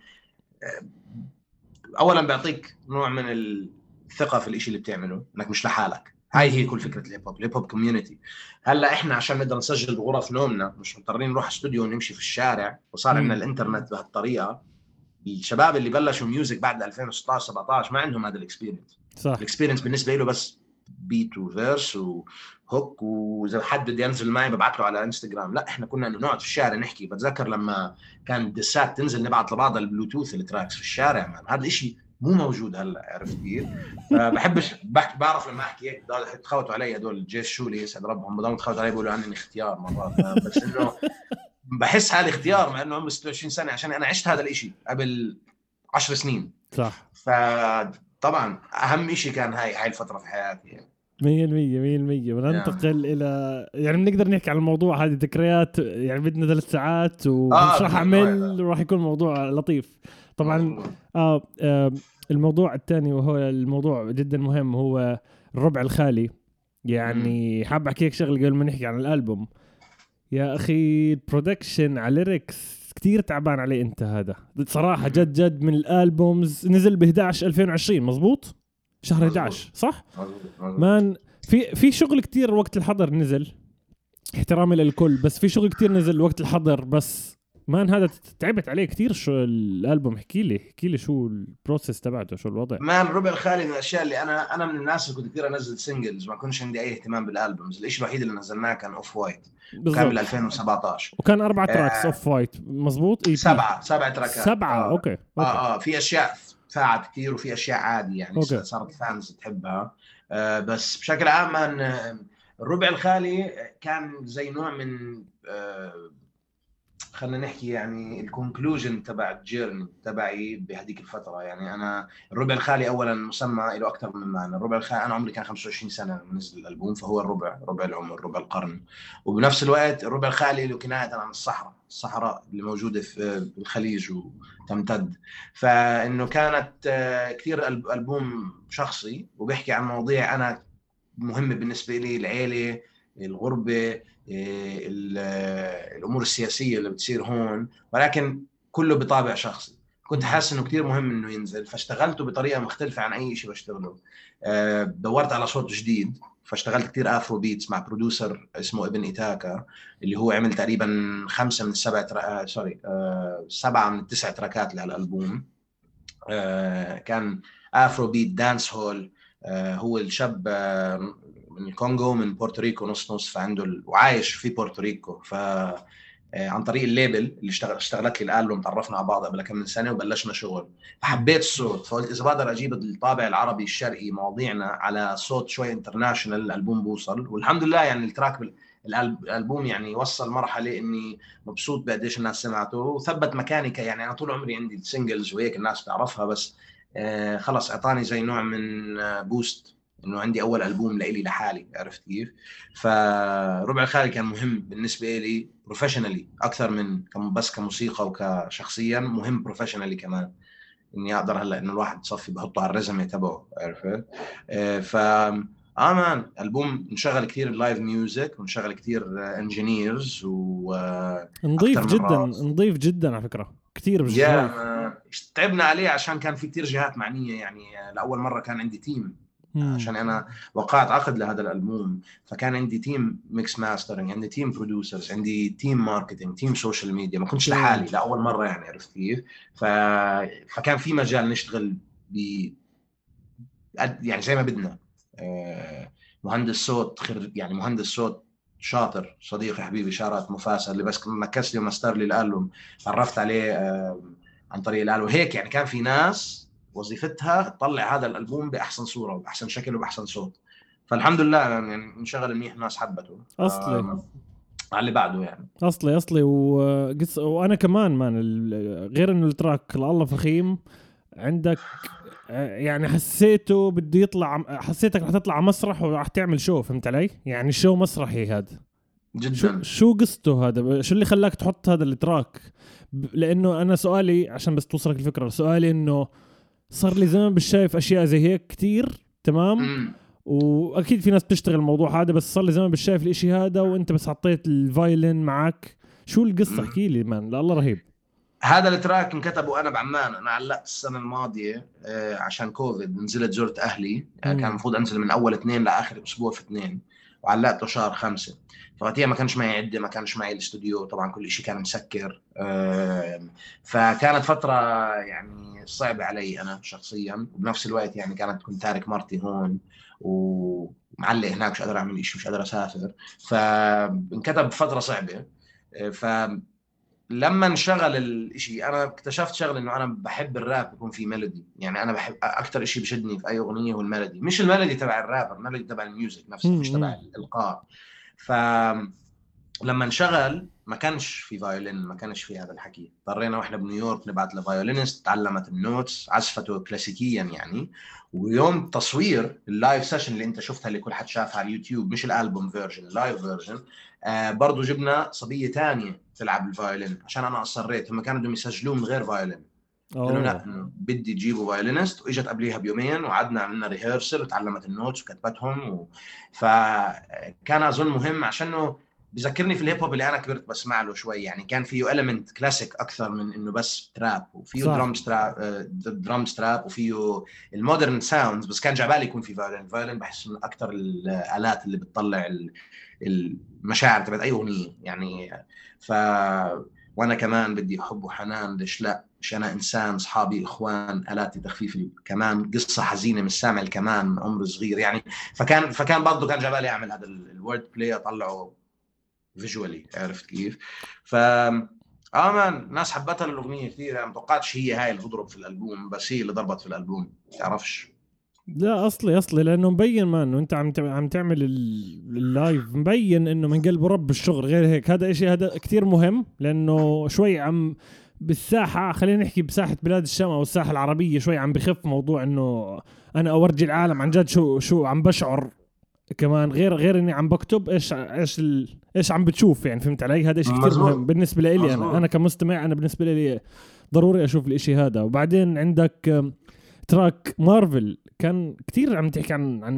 Speaker 2: اولا بيعطيك نوع من الثقه في الشيء اللي بتعمله، انك مش لحالك. هاي هي كل فكره الهيب هوب. الهيب هوب كوميونتي. هلا احنا عشان نقدر نسجل بغرف نومنا مش مضطرين نروح استوديو ونمشي في الشارع، وصار عندنا الانترنت بهالطريقه. الشباب اللي بلشوا ميوزك بعد 2016 17 ما عندهم هذا الاكسبيرينس. الاكسبيرينس بالنسبه له بس بيت وفيرس وهوك، واذا حد بده ينزل معي ببعث له على انستغرام. لا، احنا كنا نقعد في الشارع نحكي. بتذكر لما كان الدسات تنزل نبعث لبعض البلوتوث التراكس في الشارع، هذا الشيء مو موجود هلا، عرفت كيف؟ فبحبش بعرف لما احكي هيك تخوتوا علي هدول الجيش شولي يسعد ربهم، بضلوا تخوتوا علي بيقولوا عني اختيار مرات، بس انه بحس حالي اختيار مع انه عمري 26 سنه، عشان انا عشت هذا الاشي قبل 10 سنين.
Speaker 1: صح.
Speaker 2: فطبعا اهم شيء كان هاي الفتره في حياتي يعني.
Speaker 1: 100% وننتقل الى يعني بنقدر نحكي عن الموضوع. هذه ذكريات يعني بدنا 3 ساعات ومش راح اعمل، راح يكون موضوع لطيف طبعا. الموضوع الثاني وهو الموضوع جدا مهم هو الربع الخالي. يعني حاب احكي لك شغله قبل ما نحكي عن الالبوم. يا اخي البرودكشن على ليركس كتير تعبان عليه انت. هذا صراحه جد من الالبومز نزل ب 11 2020 مزبوط، شهر 11 صح؟ مان في شغل كتير وقت الحضر نزل، احترامي للكل، بس في شغل كتير نزل وقت الحضر. بس مان هذا تعبت عليه كتير. شو الالبوم؟ احكي لي شو البروسيس تبعته، شو الوضع؟
Speaker 2: مان الربع الخالي من الاشياء اللي انا من الناس اللي كنت كثير انزل سينجلز، ما كنتش عندي اي اهتمام بالالبومز. الشيء الوحيد اللي نزلناه كان اوف وايت، كان بال 2017
Speaker 1: وكان 4 تراكس اوف وايت مزبوط.
Speaker 2: 7 تراكات
Speaker 1: 7 أوكي.
Speaker 2: في اشياء فاعت كثير وفي اشياء عادي يعني صارت فانز تحبها. بس بشكل عام الربع الخالي كان زي نوع من خلينا نحكي يعني الكونكلوجن تبع الجيرني تبعي بهذيك الفتره. يعني انا الربع الخالي اولا مسمى له اكثر من معنى. الربع الخالي انا عمري كان 25 سنه لما نزل الالبوم، فهو ربع العمر، ربع القرن. وبنفس الوقت الربع الخالي له كنايه عن الصحراء اللي موجوده في الخليج وتمتد. فانه كانت كثير البوم شخصي وبيحكي عن مواضيع انا مهمه بالنسبه لي، العيله، الغربه، الامور السياسيه اللي بتصير هون، ولكن كله بطابع شخصي. كنت حاسس انه كتير مهم انه ينزل، فاشتغلته بطريقه مختلفه عن اي شيء بشتغله. دورت على صوت جديد، فاشتغلت كتير افرو بيتس مع برودوسر اسمه ابن إيتاكا، اللي هو عمل تقريبا 5 من 7 7 من 9 تراكات لهالالبوم. كان افرو بيت دانس هول. هو الشاب من الكونغو، من بورتوريكو نص، فعنده وعايش في بورتوريكو. عن طريق الليبل اللي اشتغلت لي الالبوم تعرفنا على بعض قبل كم من سنه وبلشنا شغل. فحبيت الصوت، فقلت اذا بقدر اجيب الطابع العربي الشرقي مواضيعنا على صوت شوي انترناشونال الالبوم بوصل. والحمد لله يعني التراك الالبوم يعني وصل مرحله اني مبسوط بقديش الناس سمعته وثبت مكاني. يعني انا طول عمري عندي السينجلز وهيك الناس تعرفها، بس خلص اعطاني زي نوع من بوست انه عندي اول البوم لإلي لحالي، عرفت كيف؟ فربع الخالي كان مهم بالنسبه لي بروفيشنالي اكثر من بس كموسيقى وكشخصيا، مهم بروفيشنالي كمان، اني اقدر هلا انه الواحد صفي بحطه على الريزمي تبعه، عرفت؟ ف مان البوم نشغل كثير لايف ميوزك ونشغل كثير انجينيرز
Speaker 1: نضيف جدا على فكره كثير بجد.
Speaker 2: تعبنا عليه عشان كان في كثير جهات معنيه. يعني لاول مره كان عندي تيم، عشان انا وقعت عقد لهذا الالبوم، فكان عندي تيم ميكس ماسترنج، عندي تيم برودوسرز، عندي تيم ماركتينج، تيم سوشيال ميديا. ما كنتش لحالي لاول مره يعني، عرفت كيف؟ فكان في مجال نشتغل يعني زي ما بدنا. مهندس صوت يعني مهندس صوت شاطر، صديقي حبيبي شارات مفاسة اللي بس مكس لي ومستر لي الالبوم، تعرفت عليه عن طريق الالبوم. هيك يعني كان في ناس وظيفتها تطلع هذا الالبوم باحسن صوره وباحسن شكل وباحسن صوت. فالحمد لله يعني نشغل منيح، ناس حبته
Speaker 1: اصلي
Speaker 2: على اللي بعده يعني
Speaker 1: اصلي وانا كمان مان غير انه التراك الله فخيم. عندك يعني حسيته بده يطلع، حسيتك رح تطلع على مسرح ورح تعمل شو، فهمت علي؟ يعني شو مسرحي هذا.
Speaker 2: جدا.
Speaker 1: شو قصته هذا؟ شو اللي خلاك تحط هذا التراك؟ لانه انا سؤالي عشان بس توصلك الفكره، سؤالي انه صار لي زمان بالشايف اشياء زي هيك كتير، تمام؟ واكيد في ناس بتشتغل الموضوع هذا، بس صار لي زمان بالشايف الاشي هذا وانت بس حطيت الفايلن معك. شو القصه؟ احكي لي مان، لا الله رهيب.
Speaker 2: هذا التراك انكتب وانا بعمان. انا علقت السنه الماضيه عشان كوفيد، نزلت زرت اهلي. كان المفروض انزل من اول 2 لاخر اسبوع في 2، وعلقته شهر 5. فوقتها ما كانش معي عده، ما كانش معي الاستوديو، طبعا كل شيء كان مسكر. فكانت فتره يعني صعبه علي انا شخصيا، وبنفس الوقت يعني كنت تارك مرتي هون ومعلق هناك، مش قادر اعمل شيء، مش قادر اسافر. فانكتب فتره صعبه. ف لما انشغل الاشي انا اكتشفت شغله، انه انا بحب الراب يكون في ميلودي. يعني انا بحب اكتر اشي بشدني في اي اغنيه هو الميلودي، مش الميلودي تبع الرابر، الميلودي تبع الميوزك نفسه، مش تبع الالقاء. فلما انشغل ما كانش في فايولين، ما كانش في هذا الحكي. اضطرينا واحنا بنيويورك نبعت لفايولينست، تعلمت النوتس، عزفته كلاسيكيا يعني. ويوم تصوير اللايف سيشن اللي انت شفتها، اللي كل حد شافها على اليوتيوب، مش الالبوم فيرجن، اللايف فيرجن، برضو جبنا صبيه تانية تلعب الفايولين، عشان انا اصريت. هم كانوا بدهم يسجلوه من غير فايولين، قلت لهم لا، بدي تجيبوا فايولينست. واجت قبليها بيومين وقعدنا عملنا ريهرسل، وتعلمت النوتس وكتبتهم فكان اظن مهم، عشانه بذكرني في الهيب هوب اللي انا كبرت بسمع له شوي. يعني كان فيه إليمنت كلاسيك اكثر من انه بس تراب، وفيه درام ستراب وفيه المودرن ساوندز. بس كان جعبالي يكون في فايولين، بحس انه اكثر الالات اللي بتطلع المشاعر تبعت اي اغنيه يعني. وانا كمان بدي حب وحنان، ليش لا، مش انا انسان، اصحابي اخوان، الاتي تخفيف الكمان، قصه حزينه مش سامع الكمان، عمر صغير يعني. فكان برضه كان جبالي اعمل هذا الورد بلاي، اطلعه فيجوالي، عرفت كيف؟ مان ناس حبتها الاغنيه كثير. يعني ما توقعتش هي هاي اللي تضرب في الالبوم، بس هي اللي ضربت في الالبوم، تعرفش.
Speaker 1: لا اصلي لانه مبين ما انه انت عم تعمل اللايف، مبين انه من قلب رب الشغل. غير هيك هذا اشي هذا كتير مهم، لانه شوي عم بالساحه، خلينا نحكي بساحه بلاد الشام او الساحه العربيه، شوي عم بخف موضوع انه انا اورجي العالم عن جد شو عم بشعر. كمان غير اني عم بكتب ايش عم بتشوف، يعني فهمت علي؟ هذا شيء كتير مهم بالنسبه لي. انا كمستمع، انا بالنسبه لي ضروري اشوف الاشي هذا. وبعدين عندك تراك مارفل، كان كتير عم تحكي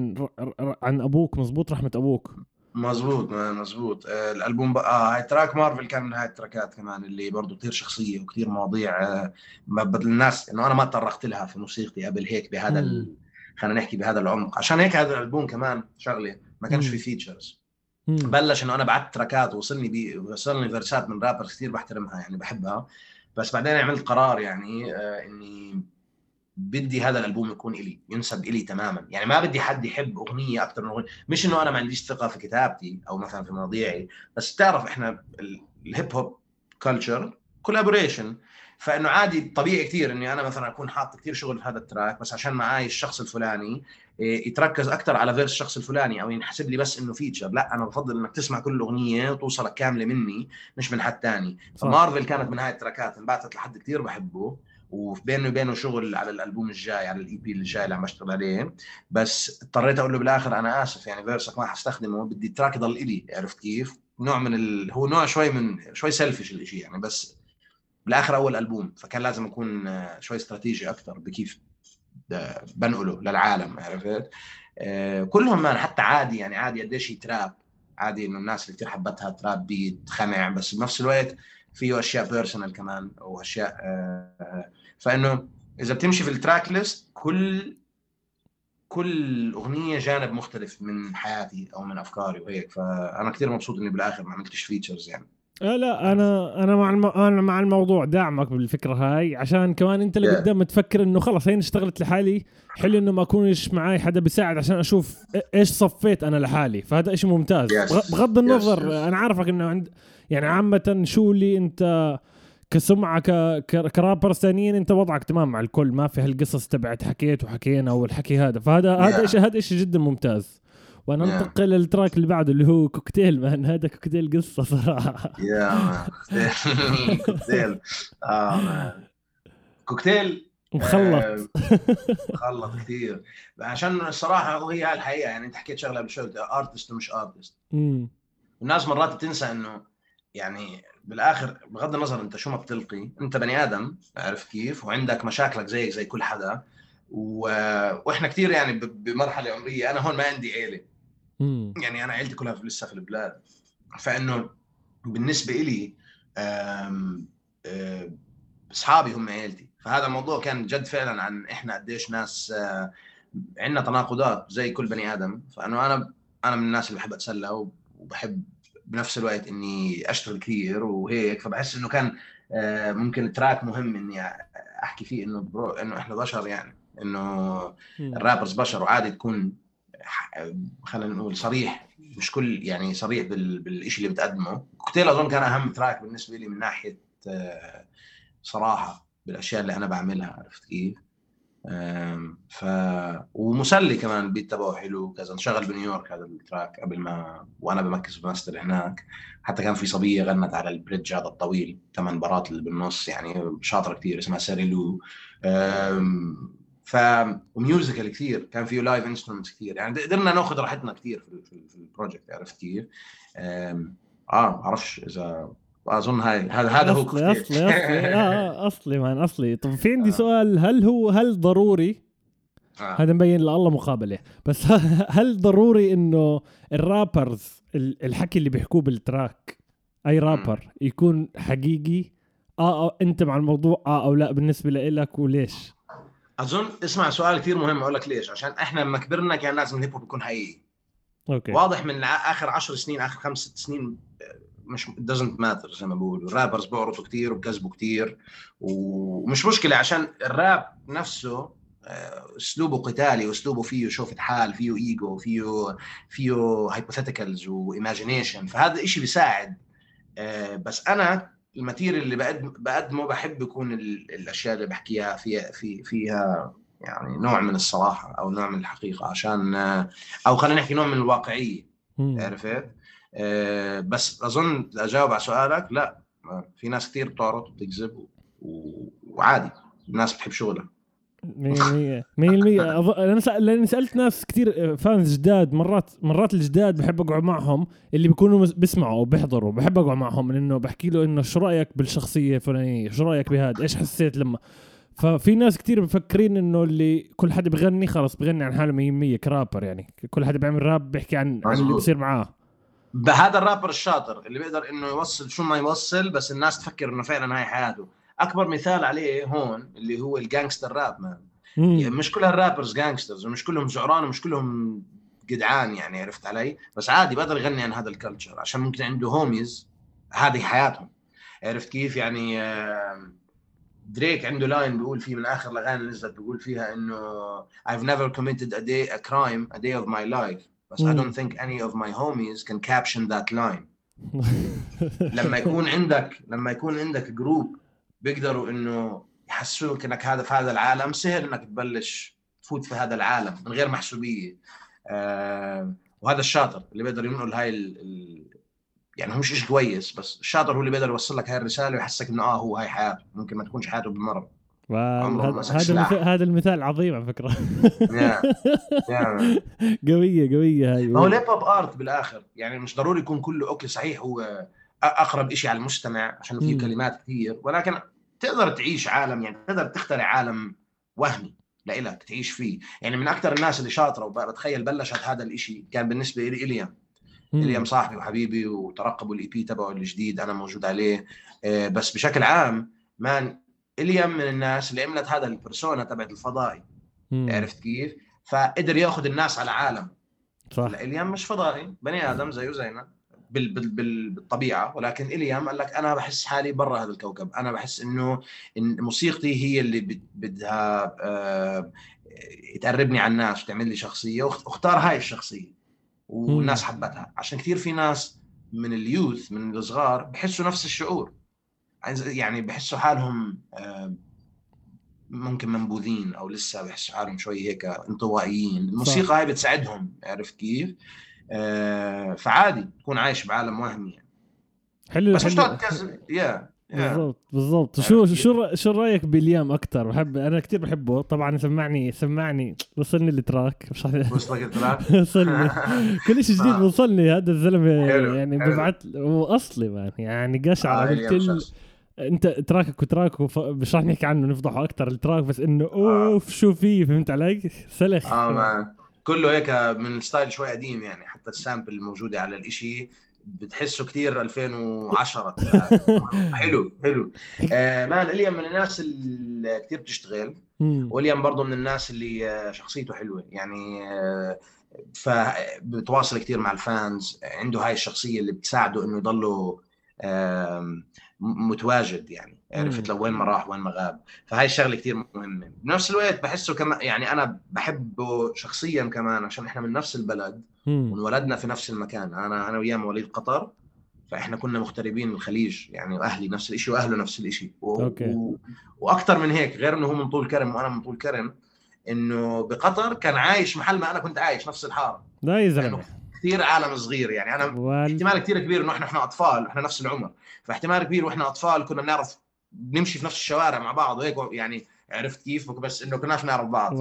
Speaker 1: عن ابوك، مزبوط، رحمه ابوك.
Speaker 2: مزبوط. الالبوم بقى هاي تراك مارفل كان من هاي التراكات كمان اللي برضو كتير شخصيه وكتير مواضيع. ما بدل الناس انه انا ما تطرقت لها في موسيقتي قبل هيك بهذا خلينا نحكي بهذا العمق. عشان هيك هذا الالبوم كمان شغله ما كانش في فيتشرز. بلش انه انا بعت تراكات، وصلني فيرسات من رابرز كتير بحترمها يعني بحبها. بس بعدين عملت قرار يعني اني بدي هذا الالبوم يكون إلي، ينسب إلي تماما. يعني ما بدي حد يحب اغنيه اكثر من اغنيه. مش انه انا ما عنديش ثقه في كتابتي او مثلا في مواضيعي، بس تعرف احنا الهيب هوب كلتشر كولابوريشن. فانه عادي طبيعي كثير اني انا مثلا اكون حاط كثير شغل في هذا التراك، بس عشان معاي الشخص الفلاني يتركز اكثر على فيرس الشخص الفلاني، او ينحسب لي بس انه فيتشر. لا، انا بفضل انك تسمع كل الاغنيه وتوصلك كامله مني، مش من حد تاني. فمارفل كانت من هاي التراكات، انبعثت لحد كثير بحبه، وبينه وبينه شغل على الالبوم الجاي، على الاي بي الجاي اللي عم بشتغل عليه. بس اضطريت اقول له بالاخر انا اسف، يعني فيرسك ما حستخدمه، بدي التراك يضل الي. عرفت كيف؟ نوع من هو نوع شوي سيلفش الاشي يعني. بس بالاخر اول البوم، فكان لازم اكون شوي استراتيجي اكثر بكيف بنقله للعالم. عرفت؟ كلهم مان حتى عادي يعني، عادي قديش تراب، عادي انه الناس اللي كثير حبتها تراب بيت خنع، بس بنفس الوقت فيه اشياء بيرسونال كمان واشياء فانه اذا بتمشي في التراك ليست، كل اغنيه جانب مختلف من حياتي او من افكاري وهيك. فانا كثير مبسوط اني بالاخر ما عملتش فيتشرز يعني.
Speaker 1: لا انا مع الموضوع، داعمك بالفكره هاي، عشان كمان انت اللي قدام تفكر انه خلص هين اشتغلت لحالي، حلو انه ما اكونش معاي حدا بيساعد عشان اشوف ايش صفيت انا لحالي. فهذا اشي ممتاز. بغض النظر انا عارفك انه عند يعني عامه شو اللي انت كسمعة كرابر ثانيين، انت وضعك تمام مع الكل، ما في هالقصص تبعت حكيت وحكينا والحكي هذا. هذا اشي جدا ممتاز. وننتقل للتراك اللي بعده اللي هو كوكتيل. مان هذا كوكتيل قصة صراحة.
Speaker 2: كوكتيل. مان كوكتيل
Speaker 1: مخلط.
Speaker 2: خلط كثير عشان الصراحه هي الحقيقه. يعني انت حكيت شغله قبل شوي، ارتست ومش ارتست. الناس مرات بتنسى انه يعني بالاخر بغض النظر انت شو ما بتلقي، انت بني ادم، عارف كيف، وعندك مشاكلك زيك زي كل حدا. واحنا كثير يعني بمرحله عمريه. انا هون ما عندي عيله، يعني انا عيلتي كلها لسه في البلاد. فانه بالنسبه لي اصحابي هم عيلتي. فهذا الموضوع كان جد فعلا عن احنا قديش ناس عندنا تناقضات زي كل بني ادم. فانه انا من الناس اللي بحب اتسلى وبحب بنفس الوقت اني اشتغل كثير وهيك. فبحس انه كان ممكن التراك مهم اني احكي فيه انه احنا بشر، يعني انه الرابرز بشر، وعادي تكون خلينا نقول صريح، مش كل يعني صريح بالشيء اللي بتقدمه. كوكتيل اظن كان اهم تراك بالنسبه لي من ناحيه صراحه بالاشياء اللي انا بعملها، عرفت كيف. ف ومسلي كمان، البيت تبعه حلو وكذا. انشغل بنيويورك هذا التراك قبل ما، وانا بمكس بماستر هناك. حتى كان في صبيه غنت على البريدج هذا الطويل 8 برات اللي بالنص، يعني شاطره كثير، اسمها ساريلو. ف وميوزيكال كثير، كان فيه لايف انسترومنتس كثير. يعني قدرنا ناخذ راحتنا كثير في البروجكت، عرفت كيف. بعرفش اذا، اظن هذا هو
Speaker 1: اصلي اصلي مان اصلي. طب في عندي سؤال، هل ضروري هذا مبين لله مقابله، بس هل ضروري انه الرابرز الحكي اللي بيحكوه بالتراك، اي رابر يكون حقيقي؟ انت مع الموضوع او لا بالنسبه لك، وليش؟
Speaker 2: اظن اسمع، سؤال كثير مهم، اقول لك ليش. عشان احنا لما كبرنا كان لازم الهيب هوب يكون حقيقي.
Speaker 1: اوكي.
Speaker 2: واضح من اخر 10 سنين، اخر 5-6 سنين، مش doesn't matter زي ما بقولوا. الرابرز بيعرضوا كتير وبكذبوا كتير، ومش مشكلة عشان الراب نفسه اسلوبه قتالي، واسلوبه فيه شوفة حال، فيه ايجو، فيه هايبوثيتيكالز وايماجينيشن. فهذا الشيء بيساعد. بس انا الماتيريال اللي بقدمه بحب يكون الاشياء اللي بحكيها فيها يعني نوع من الصراحة او نوع من الحقيقة، عشان او خلينا نحكي نوع من الواقعية، عرفت. بس اظن اجاوب على سؤالك، لا، في ناس كثير بتعرض وبتكذب وعادي، الناس بتحب شغلها
Speaker 1: 100%. لأني سألت ناس كتير فانز جداد، مرات الجداد بحب أقعد معهم، اللي بيكونوا بيسمعوا وبيحضروا، بحب أقعد معهم لأنه بحكي له إنه شو رأيك بالشخصية الفلانية، شو رأيك بهذا، إيش حسيت لما. ففي ناس كتير بفكرين إنه اللي كل حد بغني خلاص بغني عن حاله 100% كرابر، يعني كل حد بيعمل راب بيحكي عن اللي بيصير معاه.
Speaker 2: بهذا الرابر الشاطر اللي بيقدر إنه يوصل شو ما يوصل، بس الناس تفكر إنه فعلا هاي حياته. أكبر مثال عليه هون اللي هو الجانكستر راب مان. يعني مش كل الرابرز جانكسترز، ومش كلهم زعران، ومش كلهم جدعان، يعني عرفت علي. بس عادي بقدر يغني عن هذا الكلتشر عشان ممكن عنده هوميز هذه حياتهم، عرفت كيف. يعني دريك عنده لاين بيقول فيه من آخر الأغاني اللي نزلت، بيقول فيها إنه I've never committed a crime a day of my life, but I don't think any of my homies can caption that line. لما يكون عندك جروب بيقدروا إنه يحسوك إنك هذا في هذا العالم، سهل إنك تبلش تفوت في هذا العالم من غير محسوبية. وهذا الشاطر اللي بيقدر ينقل هاي يعني هو مش إشي كويس، بس الشاطر هو اللي بيقدر يوصل لك هاي الرسالة ويحسك إنه هو هاي حياته، ممكن ما تكونش حياته بالمرة.
Speaker 1: هذا المثال عظيم على فكرة.
Speaker 2: yeah.
Speaker 1: قوية هاي.
Speaker 2: هو الهيب هوب ارت بالاخر، يعني مش ضروري يكون كله اوكي صحيح هو اقرب شيء على المستمع عشان فيه كلمات كثير، ولكن تقدر تعيش عالم، يعني تقدر تخترع عالم وهمي لإلك تعيش فيه. يعني من اكثر الناس اللي شاطره وبتخيل بلشت هذا الاشي كان بالنسبه لي إليام صاحبي وحبيبي، وترقبوا الاي بي تبعه الجديد، انا موجود عليه. بس بشكل عام إليام من الناس اللي عملت هذا البرسونا تبعت الفضائي، عرفت كيف. فقدر ياخذ الناس على عالم صح. إليام مش فضائي، بني آدم زيه زينا بالطبيعة، ولكن إليام قال لك أنا بحس حالي برا هذا الكوكب. أنا بحس إن موسيقتي هي اللي بدها تقربني عن الناس وتعمل لي شخصية، واختار هاي الشخصية والناس حبتها. عشان كثير في ناس من اليوث، من الصغار، بحسوا نفس الشعور، يعني بحسوا حالهم ممكن منبوذين، او لسه بحسوا حالهم شوي هيك انطوائيين. الموسيقى هاي بتساعدهم، عرفت كيف. فعادي تكون عايش بعالم وهمي يعني.
Speaker 1: حلو.
Speaker 2: بس مش تقعد تكذب
Speaker 1: بالضبط. شو رايك باليام اكثر؟ بحب انا كتير بحبه طبعا. سمعني وصلني التراك. مش
Speaker 2: وصلك التراك؟
Speaker 1: وصلني كل شيء جديد وصلني. هذا الزلمه
Speaker 2: حلو
Speaker 1: يعني ببعت واصلي يعني قشعر. قلت انت تراكك مش رح نحكي عنه نفضحه اكثر التراك، بس انه اوف شو فيه، فهمت علي؟ سلخ
Speaker 2: ما كله هيك من ستايل شوي قديم يعني، حتى السامبل الموجوده على الاشي بتحسه كتير 2010. حلو مان. اليام من الناس اللي كتير بتشتغل، واليام برضه من الناس اللي شخصيته حلوه يعني، فبتواصل كتير مع الفانز، عنده هاي الشخصيه اللي بتساعده انه يضله متواجد يعني، عرفت لو وين ما راح وين ما غاب. فهاي الشغله كتير مهمه. بنفس الوقت بحسه كمان يعني انا بحبه شخصيا كمان عشان احنا من نفس البلد وانولدنا في نفس المكان. انا وياه مواليد قطر، فاحنا كنا مغتربين الخليج يعني، واهلي نفس الشيء واهله نفس الشيء واكثر من هيك، غير انه هو من طول كرم وانا من طول كرم، انه بقطر كان عايش محل ما انا كنت عايش، نفس الحاره.
Speaker 1: لا يا زلمه
Speaker 2: كثير عالم صغير يعني. انا احتمال كثير كبير انه احنا اطفال، احنا نفس العمر، فاحتمال كبير واحنا اطفال كنا بنعرف نمشي في نفس الشوارع مع بعض وهيك يعني، عرفت كيف؟ بس انه كناش نعرف بعض.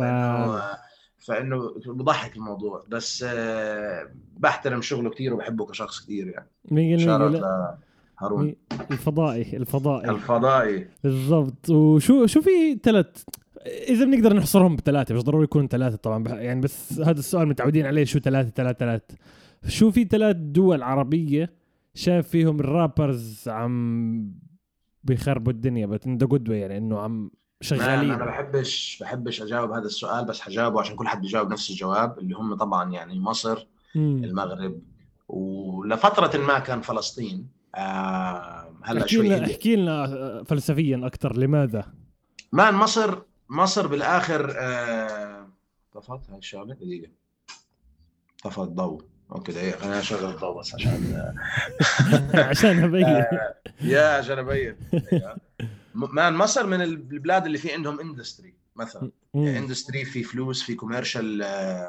Speaker 2: فانه بضحك الموضوع، بس بحترم شغله كثير وبحبه كشخص كثير يعني. شارك هارون
Speaker 1: الفضائي بالضبط. وشو في ثلاث، اذا بنقدر نحصرهم بثلاثه، مش ضروري يكون ثلاثه طبعا يعني، بس هذا السؤال متعودين عليه، شو ثلاثة. شو في 3 دول عربيه شايف فيهم الرابرز عم بيخربوا الدنيا بس ان ذا جود واي، يعني انه عم شغالين؟
Speaker 2: انا بحبش اجاوب هذا السؤال، بس حجاوبه عشان كل حد بيجاوب نفس الجواب، اللي هم طبعا يعني مصر، المغرب، ولفتره ما كان فلسطين. هلا
Speaker 1: احكي لنا فلسفيا اكثر، لماذا؟
Speaker 2: مان مصر بالاخر طفت هاي الشغله دقيقه، طفى الضوء. اوكي دقيقه خليني اشغل الضوء بس عشان
Speaker 1: عشان ابين
Speaker 2: عشان ابين. مان مصر من البلاد اللي في عندهم اندستري مثلا، اندستري في فلوس، في كوميرشال،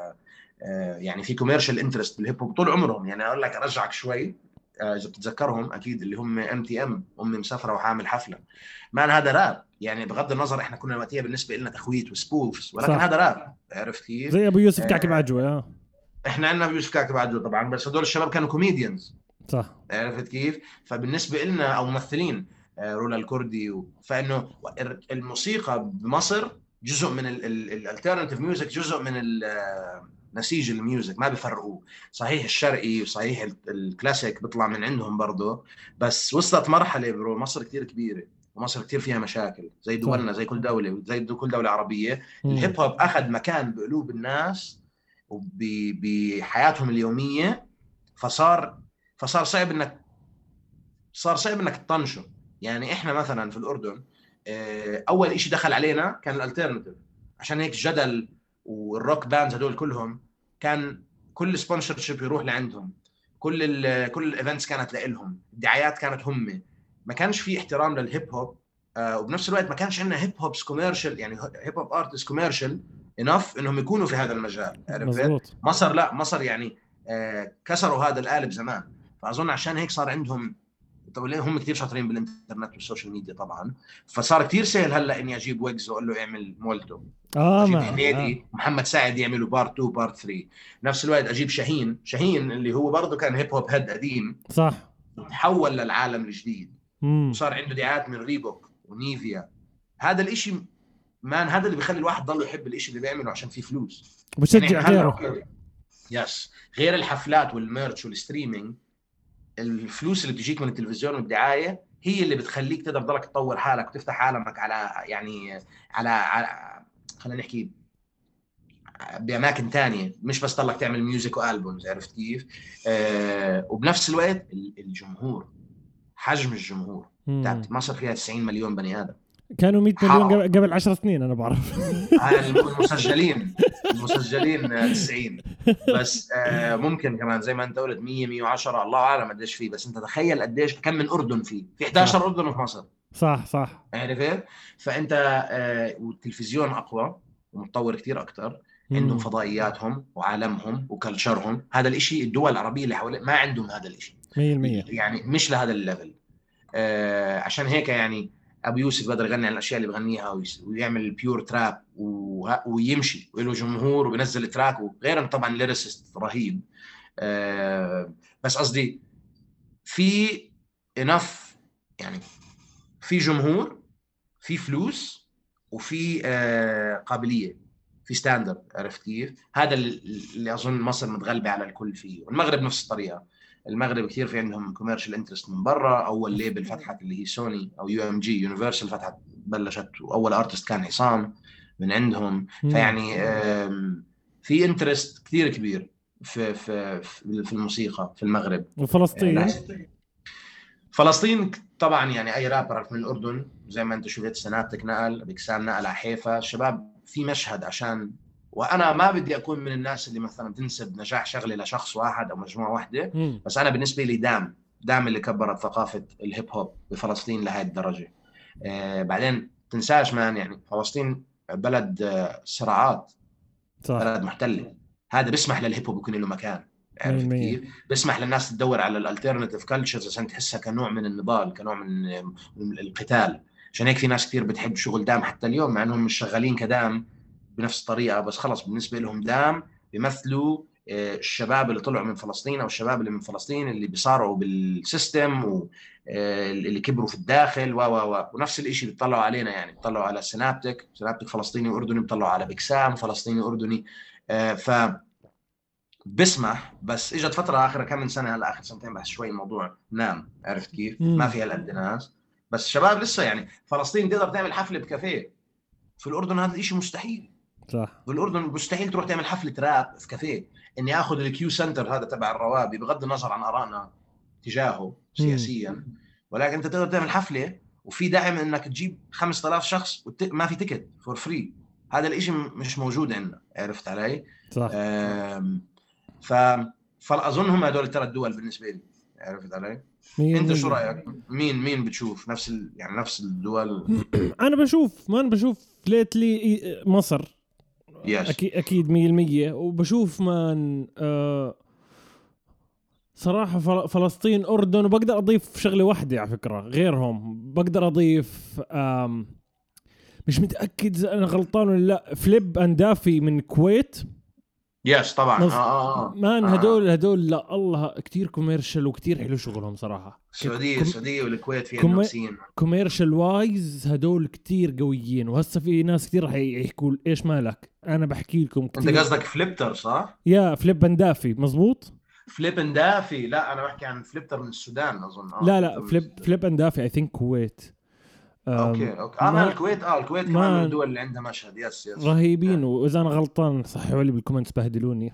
Speaker 2: يعني في كوميرشال انترست بالهيب هوب طول عمرهم يعني. اقول لك ارجعك شوي، اذا بتتذكرهم اكيد، اللي هم MTM، امي مسافره وحامل حفله. مان هذا راب يعني، بغض النظر احنا كنا وقتها بالنسبه لنا تخويت وسبوفس، ولكن هذا راب، عرفت كيف؟
Speaker 1: زي ابو يوسف كعكب عجوه.
Speaker 2: احنا عندنا ابو يوسف كعكب عجوه طبعا، بس هدول الشباب كانوا كوميديانز،
Speaker 1: صح،
Speaker 2: عرفت كيف؟ فبالنسبه لنا او ممثلين، رولا الكردي فانه الموسيقى بمصر جزء من الالترناتيف ميوزك، جزء من نسيج الميوزك، ما بيفرقوه. صحيح الشرقي وصحيح الكلاسيك بيطلع من عندهم برضه، بس وصلت مرحله برو مصر كتير كبيره، ومصر كتير فيها مشاكل زي دولنا، زي كل دوله، زي كل دوله عربيه. الهيب هوب اخذ مكان بقلوب الناس وبحياتهم اليوميه، فصار صعب انك تطنشه يعني. احنا مثلا في الاردن اول إشي دخل علينا كان الالترناتيف، عشان هيك جدل والروك باندز هدول كلهم كان كل سبونسرشيب يروح لعندهم، كل الايفنتس كانت لهم، الدعايات كانت هم. ما كانش في احترام للهيب هوب، وبنفس الوقت ما كانش عندنا هيب هوبس كوميرشال، يعني هيب هوب ارتست كوميرشال انف انهم يكونوا في هذا المجال، عرفت؟ مصر يعني كسروا هذا القالب زمان. فاظن عشان هيك صار عندهم، طبعا هم كثير شاطرين بالانترنت والسوشيال ميديا طبعا، فصار كثير سهل هلا اني اجيب ويجز واقول له اعمل مولتو، اجيب هنيدي محمد سعد يعملوا بارت 2 بارت 3. نفس الوقت اجيب شاهين اللي هو برضه كان هيب هوب هيد قديم،
Speaker 1: صح،
Speaker 2: تحول للعالم الجديد وصار عنده دعايات من ريبوك ونيفيا. هذا الاشي مان، هذا اللي بيخلي الواحد ضله يحب الاشي اللي بيعمله عشان فيه فلوس،
Speaker 1: بشجع يعني غيره.
Speaker 2: يس، غير الحفلات والميرتش والستريمينج، الفلوس اللي بتجيك من التلفزيون والدعايه هي اللي بتخليك تقدر تضلك تطور حالك وتفتح عالمك على يعني على خلينا نحكي باماكن تانية، مش بس تضلك تعمل ميوزك والبومز، عرفت كيف؟ وبنفس الوقت الجمهور، حجم الجمهور تاعت مصر فيها 90 مليون بني ادم،
Speaker 1: كانوا 100 مليون قبل 10 سنين انا بعرف.
Speaker 2: المسجلين 90 بس، ممكن كمان زي ما انت قلت 100 110 الله اعلم قديش فيه. بس انت تخيل قديش كم من اردن فيه، في 11 اردن في مصر،
Speaker 1: صح
Speaker 2: عرفت؟ فانت والتلفزيون اقوى ومتطور كتير اكتر، عندهم فضائياتهم وعالمهم وكلتشرهم. هذا الاشي الدول العربيه اللي حوالي ما عندهم هذا الاشي
Speaker 1: 100%،
Speaker 2: يعني مش لهذا الليفل. عشان هيك يعني ابو يوسف بقدر يغني عن الاشياء اللي بغنيها ويعمل البيور تراب ويمشي وله جمهور وبينزل تراك، وغير طبعا ليريسست رهيب. بس قصدي في انف، يعني في جمهور، في فلوس، وفي قابليه، في ستاندرد. عرفت كيف؟ هذا اللي اظن مصر متغلبه على الكل فيه، والمغرب نفس الطريقه. المغرب كثير في عندهم كوميرشال انترست من برا. اول ليبل فتحت اللي هي سوني او يو ام جي يونيفرسال فتحت بلشت، واول ارتست كان عصام من عندهم. فيعني في انترست كثير كبير في الموسيقى في المغرب.
Speaker 1: وفلسطين
Speaker 2: فلسطين طبعا يعني اي رابر من الاردن زي ما انت شفت سناتك نقل، بكسان نقل على حيفا، الشباب في مشهد. عشان وانا ما بدي اكون من الناس اللي مثلا تنسب نجاح شغله لشخص واحد او مجموعه واحده، بس انا بالنسبه لي دام اللي كبرت ثقافه الهيب هوب بفلسطين لهي الدرجه. بعدين تنساش مان، يعني فلسطين بلد صراعات،
Speaker 1: صح.
Speaker 2: بلد محتله. هذا بيسمح للهيب هوب يكون له مكان. عرفت كيف؟ بيسمح للناس تدور على الالترناتيف كلتشرز عشان تحسها كنوع من النضال، كنوع من القتال. عشان هيك في ناس كثير بتحب شغل دام حتى اليوم، مع انهم مش شغالين كدام بنفس الطريقه، بس خلص بالنسبه لهم دام بيمثلوا الشباب اللي طلعوا من فلسطين، او الشباب اللي من فلسطين اللي بيصارعوا بالسيستم واللي كبروا في الداخل ونفس الشيء بيطلعوا علينا. يعني بيطلعوا على سينابتك فلسطيني واردني، بيطلعوا على بكسام فلسطيني واردني. ف بسمح. بس اجت فتره اخر كم من سنه، هلا اخر سنتين بس شوي الموضوع نام. عرفت كيف؟ ما في هالقد ناس، بس الشباب لسه يعني فلسطين تقدر تعمل حفله بكافيه. في الاردن هذا الشيء مستحيل.
Speaker 1: صح.
Speaker 2: في الاردن مستحيل تروح تعمل حفله راب في كافيه. اني اخذ الكيو سنتر هذا تبع الروابي بغض النظر عن ارائنا تجاهه سياسيا، ولكن انت تقدر تعمل حفله وفي داعم انك تجيب 5000 شخص ما في تيكت فور فري. هذا الاشي مش موجود عندنا. عرفت علي؟
Speaker 1: صح.
Speaker 2: فاظن هم هذول الثلاث دول بالنسبه لي. عرفت علي؟ انت شو رايك؟ مين بتشوف يعني نفس الدول؟
Speaker 1: انا بشوف ليتلي مصر اكيد 100%. وبشوف من صراحه فلسطين، اردن. وبقدر اضيف شغله واحده على فكره غيرهم، بقدر اضيف مش متاكد اذا انا غلطان ولا لا، فليب اندافي من الكويت.
Speaker 2: يس طبعا.
Speaker 1: مان هدول لا الله كتير كوميرشال وكتير حلو شغلهم صراحه.
Speaker 2: السعوديه والكويت في نفسين
Speaker 1: كوميرشال وايز، هدول كتير قويين. وهسه في ناس كتير رح يحكوا ايش مالك، انا بحكي لكم كتير.
Speaker 2: انت قصدك فليبتر صح؟
Speaker 1: يا فليب اندافي مزبوط.
Speaker 2: فليب اندافي، لا انا بحكي عن فليبتر من السودان اظن.
Speaker 1: لا فليب اندافي اي ثينك كويت.
Speaker 2: اوكي الكويت كمان من الدول اللي عندها مشهد. يس
Speaker 1: رهيبين. واذا انا غلطان صححوا لي بالكومنتس بهدلوني.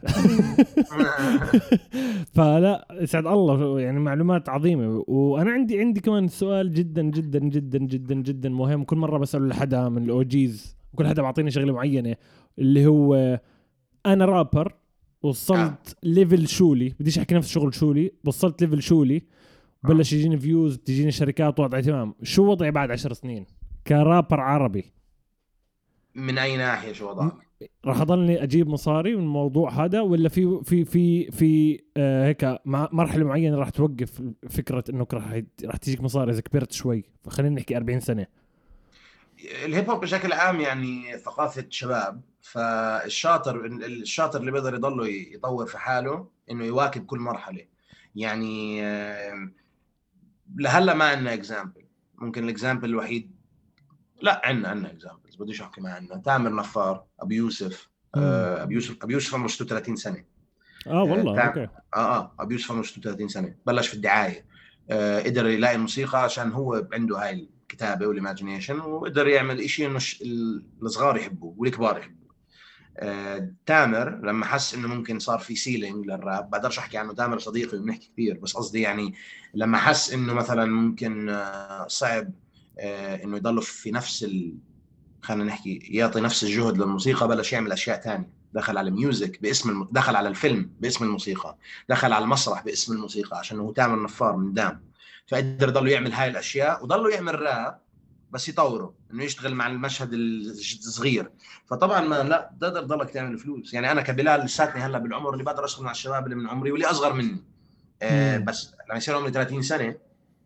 Speaker 1: فلا يسعد الله، يعني معلومات عظيمه. وانا عندي كمان سؤال جدا جدا جدا جدا جدا مهم، كل مره بساله لحدا من الاوجيز وكل حدا بعطيني شغله معينه، اللي هو انا رابر وصلت ليفل شولي، بديش احكي نفس شغل شولي، وصلت ليفل شولي، بلش يجيني فيوز، تجيني شركات، وضعي تمام. شو وضعي بعد 10 سنين كرابر عربي؟
Speaker 2: من اي ناحيه شو وضعك؟
Speaker 1: راح اضلني اجيب مصاري من الموضوع هذا، ولا في هيك مرحله معينه راح توقف فكره انك راح تجيك مصاري اذا كبرت شوي؟ فخلينا نحكي 40 سنه.
Speaker 2: الهيب هوب بشكل عام يعني ثقافه شباب، فالشاطر اللي بيقدر يضله يطور في حاله انه يواكب كل مرحله. يعني لهلا ما عندنا اكزامبل. ممكن الاكزامبل الوحيد، لا عندنا اكزامبلز، بديش احكي ما عندنا. تامر نفار، ابو يوسف. ابو يوسف عمره 36 سنه.
Speaker 1: والله اوكي.
Speaker 2: ابو يوسف عمره 36 سنه، بلش في الدعايه. قدر يلاقي الموسيقى عشان هو عنده هاي الكتابه والايماجينيشن، وقدر يعمل إشي انه الصغار يحبوه والكبار يحبوه. تامر لما حس انه ممكن صار في سيلينج للراب، بقدرش احكي عنه، تامر صديقي وبنحكي كثير، بس قصدي يعني لما حس انه مثلا ممكن صعب انه يضل في نفس خلينا نحكي يعطي نفس الجهد للموسيقى، بلش يعمل اشياء تانية. دخل على الميوزك باسم دخل على الفيلم باسم الموسيقى، دخل على المسرح باسم الموسيقى، عشان هو تامر نفار من دام. فقدر يضل يعمل هاي الاشياء وضلوا يعمل راب، بس يطوره انه يشتغل مع المشهد الصغير. فطبعا ما لا تقدر تضلك تعمل فلوس. يعني انا كبلال لساتني هلا بالعمر اللي بقدر اشتغل مع الشباب اللي من عمري واللي اصغر مني. بس لما يصير عمري 30 سنه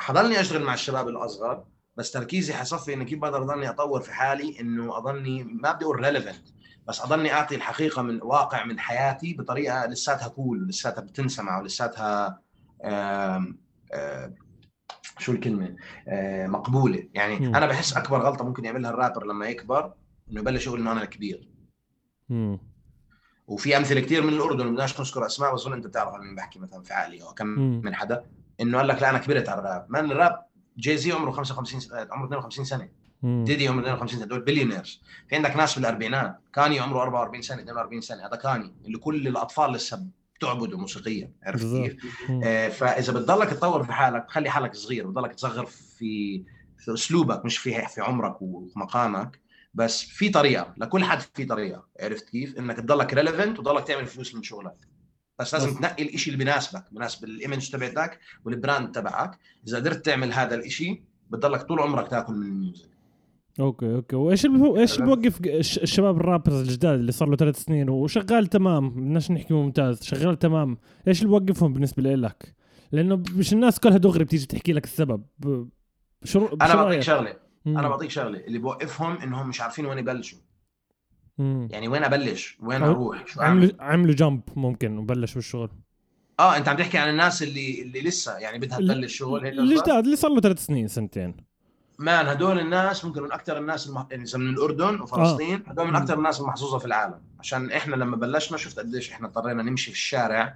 Speaker 2: حضلني اشتغل مع الشباب الاصغر، بس تركيزي حصفي انه كيف بقدر اضلني اطور في حالي، انه اضلني ما بدي اقول ريليفنت، بس اضلني اعطي الحقيقه من واقع من حياتي بطريقه لساتها كول ولساتها بتنسمع ولساتها آم آم شو الكلمه مقبوله. يعني انا بحس اكبر غلطه ممكن يعملها الرابر لما يكبر انه يبلش يقول انه انا الكبير. وفي امثله كثير من الاردن، بدناش نذكر اسماء، بظن انت بتعرف عن مين بحكي، مثلا في عالي او كم من حدا انه قال لك لا انا كبرت على الراب. من الراب جاي زي عمره 55 سنه، عمره 52 سنه، ديدي عمره 52 سنه، دول بليونيرز. في عندك ناس في الاربعينات، كاني عمره 44 سنه 42 سنه، هذا كاني اللي كل الاطفال لسه بتعبده موسيقيا، عرفت كيف؟ فاذا بتضلك تطور في حالك، خلي حالك صغير، بتضلك تصغر في اسلوبك، مش في عمرك ومقامك، بس في طريقه لكل حد، في طريقه، عرفت كيف؟ انك تضلك ريليفنت وتضلك تعمل فلوس من شغلك، بس لازم تنقي الاشي اللي بناسبك، بناسب الايمج تبعتك والبراند تبعك. اذا قدرت تعمل هذا الاشي بتضلك طول عمرك تاكل من الميوزك.
Speaker 1: اوكي وايش ايش بوقف الشباب الرابرز الجداد اللي صار له 3 سنين وشغال تمام، بدناش نحكي ممتاز، شغال تمام، ايش اللي بوقفهم بالنسبه لك؟ لانه مش الناس كلها دغري بتيجي تحكي لك السبب.
Speaker 2: انا بعطيك شغله، اللي بوقفهم انهم مش عارفين وين يبلشوا. يعني وين ابلش، وين اروح، شو
Speaker 1: عملوا جامب ممكن وبلشوا الشغل.
Speaker 2: انت عم تحكي عن الناس اللي لسه يعني بدها تبلش شغل هيك،
Speaker 1: الجداد اللي صار له 3 سنين سنتين.
Speaker 2: مان هدول الناس ممكن من اكثر الناس يعني من الاردن وفلسطين، هدول من اكثر الناس المحظوظه في العالم. عشان احنا لما بلشنا شفت قديش احنا اضطرينا نمشي في الشارع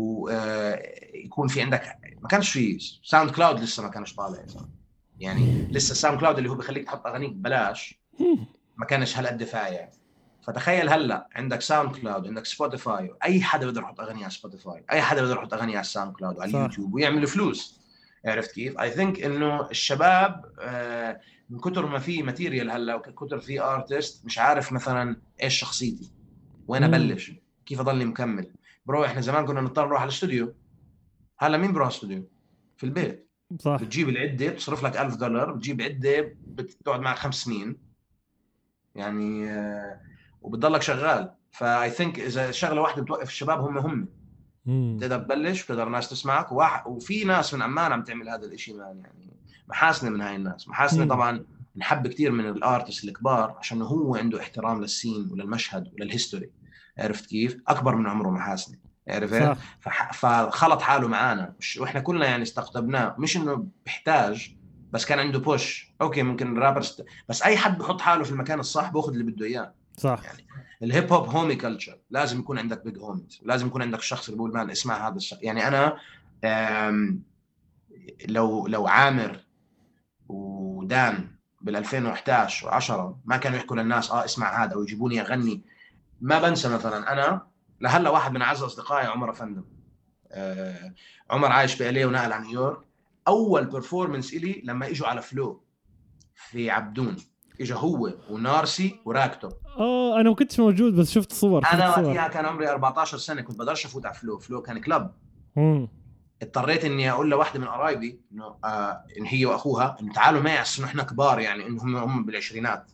Speaker 2: ويكون في عندك، ما كانش في ساوند كلاود، لسه ما كانش طالع يعني لسه الساوند كلاود اللي هو بخليك تحط اغانيك ببلاش ما كانش هالقد فايع. فتخيل هلا عندك ساوند كلاود، عندك سبوتيفاي، اي حدا بيقدر يحط اغاني على سبوتيفاي، اي حدا بيقدر يحط اغاني على الساوند كلاود وعلى اليوتيوب ويعمل فلوس، عرفت كيف؟ اي ثينك انه الشباب من كتر ما في ماتيريال هلا وكتر في ارتست مش عارف مثلا ايش شخصيتي، وين ابلش، كيف اضلني مكمل. برو احنا زمان كنا نضطر نروح على الاستوديو، هلا مين بروح الاستوديو؟ في البيت.
Speaker 1: صح.
Speaker 2: بتجيب العده، بتصرف لك $1000، بتجيب عده بتقعد معك 5 سنين يعني وبتضلك شغال. فاي ثينك اذا شغله واحده بتوقف الشباب هم تقدر تبلش وتقدر الناس تسمعك، وفي ناس من عمان عم تعمل هذا الاشي يعني محاسنه من هاي الناس، محاسنه طبعا نحب كثير من الارتست الكبار عشان هو عنده احترام للسين وللمشهد وللهيستوري، عرفت كيف؟ اكبر من عمره محاسنه، عرفت؟ فخلط حاله معانا واحنا كلنا يعني استقطبناه، مش انه بيحتاج، بس كان عنده بوش. اوكي ممكن الرابرز، بس اي حد بحط حاله في المكان الصح باخذ اللي بده اياه.
Speaker 1: صح.
Speaker 2: يعني الهيب هوب هومي كلتشر، لازم يكون عندك بيج هوميز، لازم يكون عندك الشخص اللي بيقول مان اسمع هذا الشخص. يعني انا لو عامر ودان بال 2011 و10 ما كانوا يحكوا للناس اسمع هذا ويجيبوني اغني، ما بنسى مثلا انا لهلا واحد من اعز اصدقائي عمر افندم. عمر عايش بإليه ونقل على نيويورك. اول بيرفورمنس إلي لما اجوا على فلو في عبدون، اجى هو ونارسي وراكتو.
Speaker 1: انا ما كنتش موجود بس شفت صور.
Speaker 2: انا وقتها كان عمري 14 سنه، كنت بقدرش افوت على فلو كان كلب. اضطريت اني اقول لواحده من قرايبي انه ان هي واخوها انه تعالوا معي عشان احنا كبار، يعني انهم هم بالعشرينات.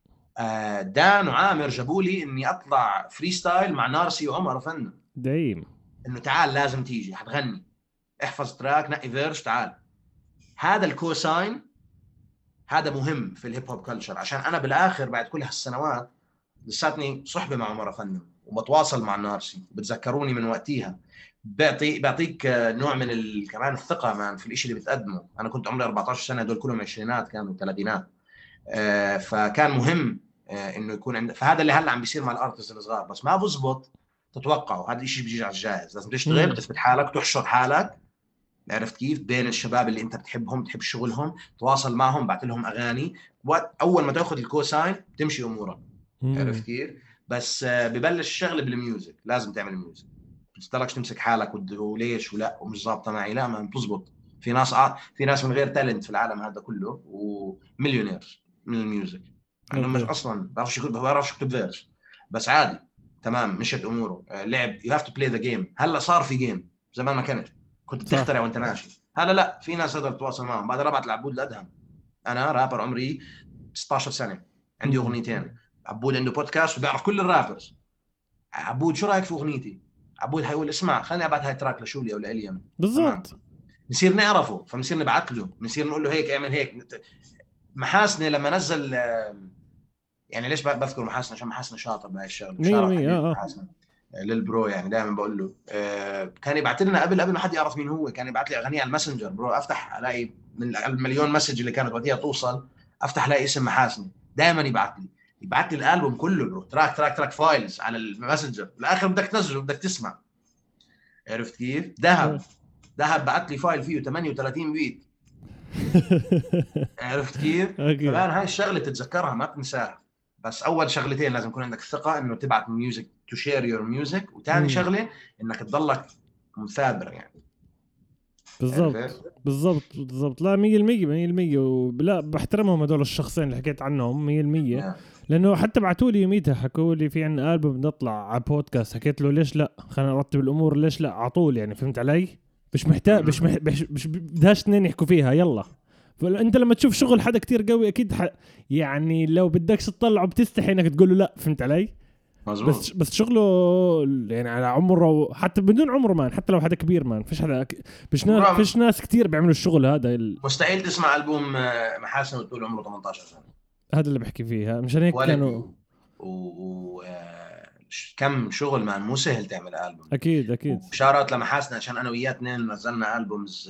Speaker 2: دان وعامر جابوا لي اني اطلع فري ستايل مع نارسي وعمر فندم
Speaker 1: دايم،
Speaker 2: انه تعال لازم تيجي حتغني، احفظ تراك، نقي فيرش، تعال. هذا الكوساين هذا مهم في الهيب هوب كلتشر، عشان انا بالاخر بعد كل هالسنوات لساتني صحبه مع عمر فندم وبتواصل مع نارسي، بتذكروني من وقتها، بعطيك نوع من كمان الثقه مان في الشيء اللي بتقدمه. انا كنت عمري 14 سنه، دول كلهم عشرينات كانوا ثلاثينات. فكان مهم انه يكون عندك. فهذا اللي هلا عم بيصير مع الارتست الصغار، بس ما بزبط تتوقعوا هذا الشيء بيجي على الجاهز. لازم تشتغل، تثبت حالك، تحشر حالك، عرفت كيف؟ بين الشباب اللي انت بتحبهم، تحب شغلهم، تواصل معهم، بعت لهم اغاني، اول ما تاخذ الكوساين تمشي امورك، عرفت كيف؟ بس ببلش الشغله بالميوزك، لازم تعمل ميوزك، بتضلكش تمسك حالك وليش ولا ومش ظابطه معي، لا ما بتزبط. في ناس من غير تالنت في العالم هذا كله ومليونير من الميوزك، انهم مش اصلا بعرفش يكتب فيرس، بس عادي تمام مشت اموره. لعب يو هاف تو بلاي ذا جيم. هلا صار في جيم، زمان ما كانت، كنت بتخترع وانت ماشي. هلا لا، في ناس تقدر تتواصل معهم. بعد ربعت لعبود الادهم، انا رابر عمري 16 سنه، عندي اغنيتين. عبود عنده بودكاست وبيعرف كل الرابرز. عبود شو رايك في اغنيتي؟ عبود هيقول اسمع خليني ابعت هاي تراك لشولي او لاليم.
Speaker 1: بالضبط.
Speaker 2: نصير نعرفه، فنصير نبعث له، نصير نقول له هيك اعمل هيك. محاسنه لما نزل يعني ليش بذكر محاسنه؟ عشان محاسنه شاطر بهاي الشغله،
Speaker 1: 100%.
Speaker 2: محاسنه للبرو يعني دائما بقول له كان يبعث لنا قبل ما حد يعرف مين هو، كان يبعث لي اغاني على الماسنجر برو، افتح الاقي من المليون مسج اللي كانت وقتها توصل، افتح الاقي اسم محاسنه، دائما يبعث لي الالبوم كله برو، تراك فايلز على الماسنجر، بالاخر بدك تنزله بدك تسمع. عرفت كيف؟ دهب بعث لي فايل فيه 38 بيت. عرفت كيف؟ فالان هاي الشغله تتذكرها ما تنساها. بس اول شغلتين لازم يكون عندك الثقه انه تبعت ميوزك تو شير يور ميوزك، وثاني شغله انك تضلك مثابر يعني.
Speaker 1: بالضبط لا 100%. ولا بحترمهم هذول الشخصين اللي حكيت عنهم 100%. لانه حتى بعثوا لي يوميتها حكوا لي في عندنا ألبوم نطلع على بودكاست، حكيت له ليش لا، خلينا نرتب الامور، ليش لا على طول يعني، فهمت علي؟ مش محتاج مش بدهاش اثنين يحكوا فيها يلا. فانت لما تشوف شغل حدا كتير قوي اكيد يعني لو بدكش تطلعه بتستحي انك تقول له لا، فهمت علي؟
Speaker 2: مزبوط.
Speaker 1: بس شغله يعني على عمره، حتى بدون عمره مان، حتى لو حدا كبير مان، فيش حدا فيش ناس كتير بيعملوا الشغل هذا
Speaker 2: مستحيل تسمع ألبوم محاسن وتقول عمره 18 سنة.
Speaker 1: هذا اللي بحكي فيها، مشان هيك كانوا
Speaker 2: كم شغل مان، مو سهل تعمل ألبوم.
Speaker 1: اكيد
Speaker 2: وشارات لمحاسن عشان انا وياه اثنين نزلنا ألبومز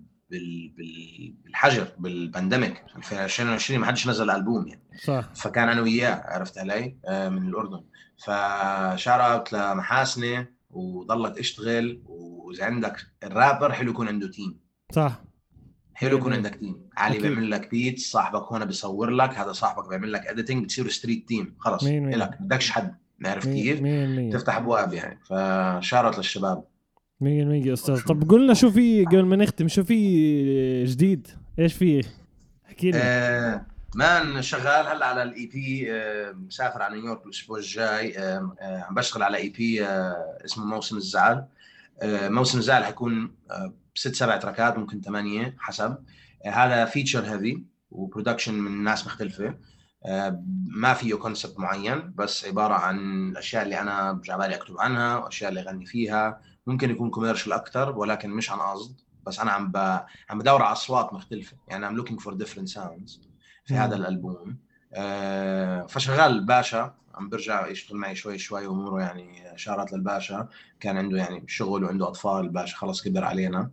Speaker 2: بالحجر بالبانديميك 2020 ما حدش نزل ألبوم يعني.
Speaker 1: صح.
Speaker 2: فكان انا وياه، عرفت علي، من الاردن. فشارات لمحاسنه وضلك اشتغل، واذا عندك الرابر حلو يكون عنده تيم.
Speaker 1: صح،
Speaker 2: حلو يكون عندك تيم. علي بيعمل لك بيت، صاحبك هون بيصور لك، هذا صاحبك بيعمل لك اديتنج، بتصير ستريت تيم خلص لك، بدكش حد. عرفت كيف؟ تفتح ابواب يعني. فشارت للشباب
Speaker 1: 100% استاذ. طب قلنا شو في قبل ما نختم، شو في جديد؟ ايش في؟ احكي لنا.
Speaker 2: مان شغال هلا على الاي بي، مسافر على نيويورك الاسبوع الجاي. عم بشتغل على اي بي اسمه موسم الزعل. موسم الزعل حيكون 6-7 تراكات، ممكن 8 حسب. هذا فيتشر هيفي وبرودكشن من ناس مختلفة. ما فيه كونسبت معين، بس عبارة عن الأشياء اللي أنا بجعبالي أكتب عنها وأشياء اللي أغني فيها. ممكن يكون كوميرشل أكتر، ولكن مش عن قصد، بس أنا عم بدور على أصوات مختلفة يعني. I'm looking for different sounds في هذا الألبوم. فشغال باشا عم برجع يشتغل معي شوي أموره يعني. شارات للباشا، كان عنده يعني شغل وعنده أطفال، الباشا خلص كبر علينا،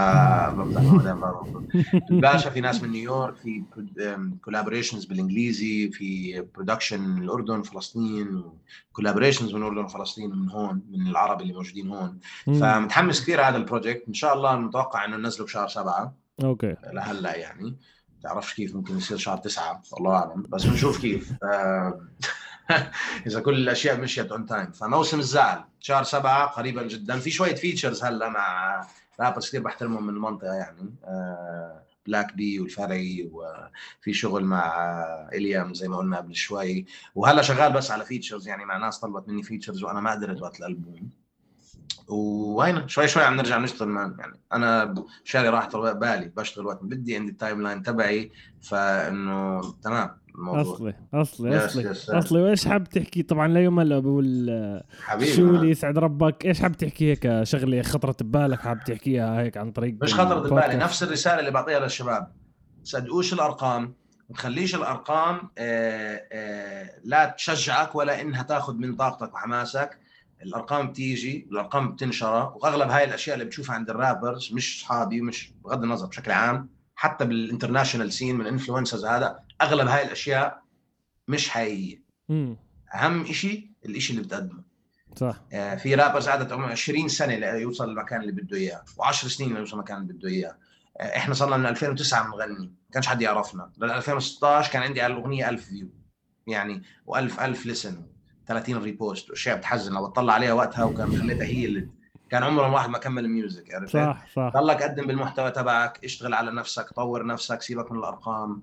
Speaker 2: الباشا في ناس من نيويورك، في كولابوريشنز بالانجليزي، في برودكشن الاردن فلسطين، وكولابوريشنز من الاردن وفلسطين من هون، من العرب اللي موجودين هون. فمتحمس كثير هذا البروجكت. ان شاء الله متوقع انه ننزله بشهر 7.
Speaker 1: اوكي
Speaker 2: لهلا يعني تعرفش كيف، ممكن يصير شهر 9 الله اعلم، بس بنشوف كيف. اذا كل الاشياء مشيت اون تايم. فموسم الزعل شهر 7 قريبا جدا. في شويه فيتشرز هلا مع رابرز كثير بحترمهم من المنطقه يعني. بلاك بي والفرعي، وفي شغل مع إليام زي ما قلنا قبل شوي. وهلا شغال بس على فيتشرز يعني، مع ناس طلبت مني فيتشرز وانا ما قدرت وقت الالبوم. وهينا شوي عم نرجع نشتغل يعني. انا شاري راحت بالي، بشتغل وقت بدي، عندي التايم لاين تبعي، فانه تمام الموضوع.
Speaker 1: اصلي. وايش حاب تحكي؟ طبعا لا يوم الا بقول شو اللي يسعد ربك، ايش حاب تحكي هيك شغله خطرت ببالك حاب تحكيها هيك عن طريق؟
Speaker 2: مش خطرت ببالي، نفس الرساله اللي بعطيها للشباب. صدقوش الارقام، ما تخليش الارقام لا تشجعك ولا انها تاخذ من طاقتك وحماسك. الارقام بتيجي، الارقام بتنشر، واغلب هاي الاشياء اللي بتشوفها عند الرابرز، مش صحابي، مش بغض النظر بشكل عام، حتى بالانترناشونال سين من الانفلونسرز، هذا اغلب هاي الاشياء مش حقيقيه. اهم شيء الاشي اللي بتقدمه.
Speaker 1: صح.
Speaker 2: في رابرز قعدت 20 سنه ليوصل للمكان اللي بده اياه، و10 سنين ليوصل للمكان اللي بده اياه. احنا صرنا من 2009 بنغني، ما كانش حد يعرفنا. لل 2016 كان عندي على الاغنيه 1000 فيو يعني، و1000 لسن، 30 ريبوست، واشياء بتحزن لو بتطلع عليها وقتها. وكان خليتها هي اللي كان عمره واحد ما كمل الميوزك. عرفت؟
Speaker 1: صح.
Speaker 2: ضلك قدم بالمحتوى تبعك، اشتغل على نفسك، طور نفسك، سيبك من الارقام.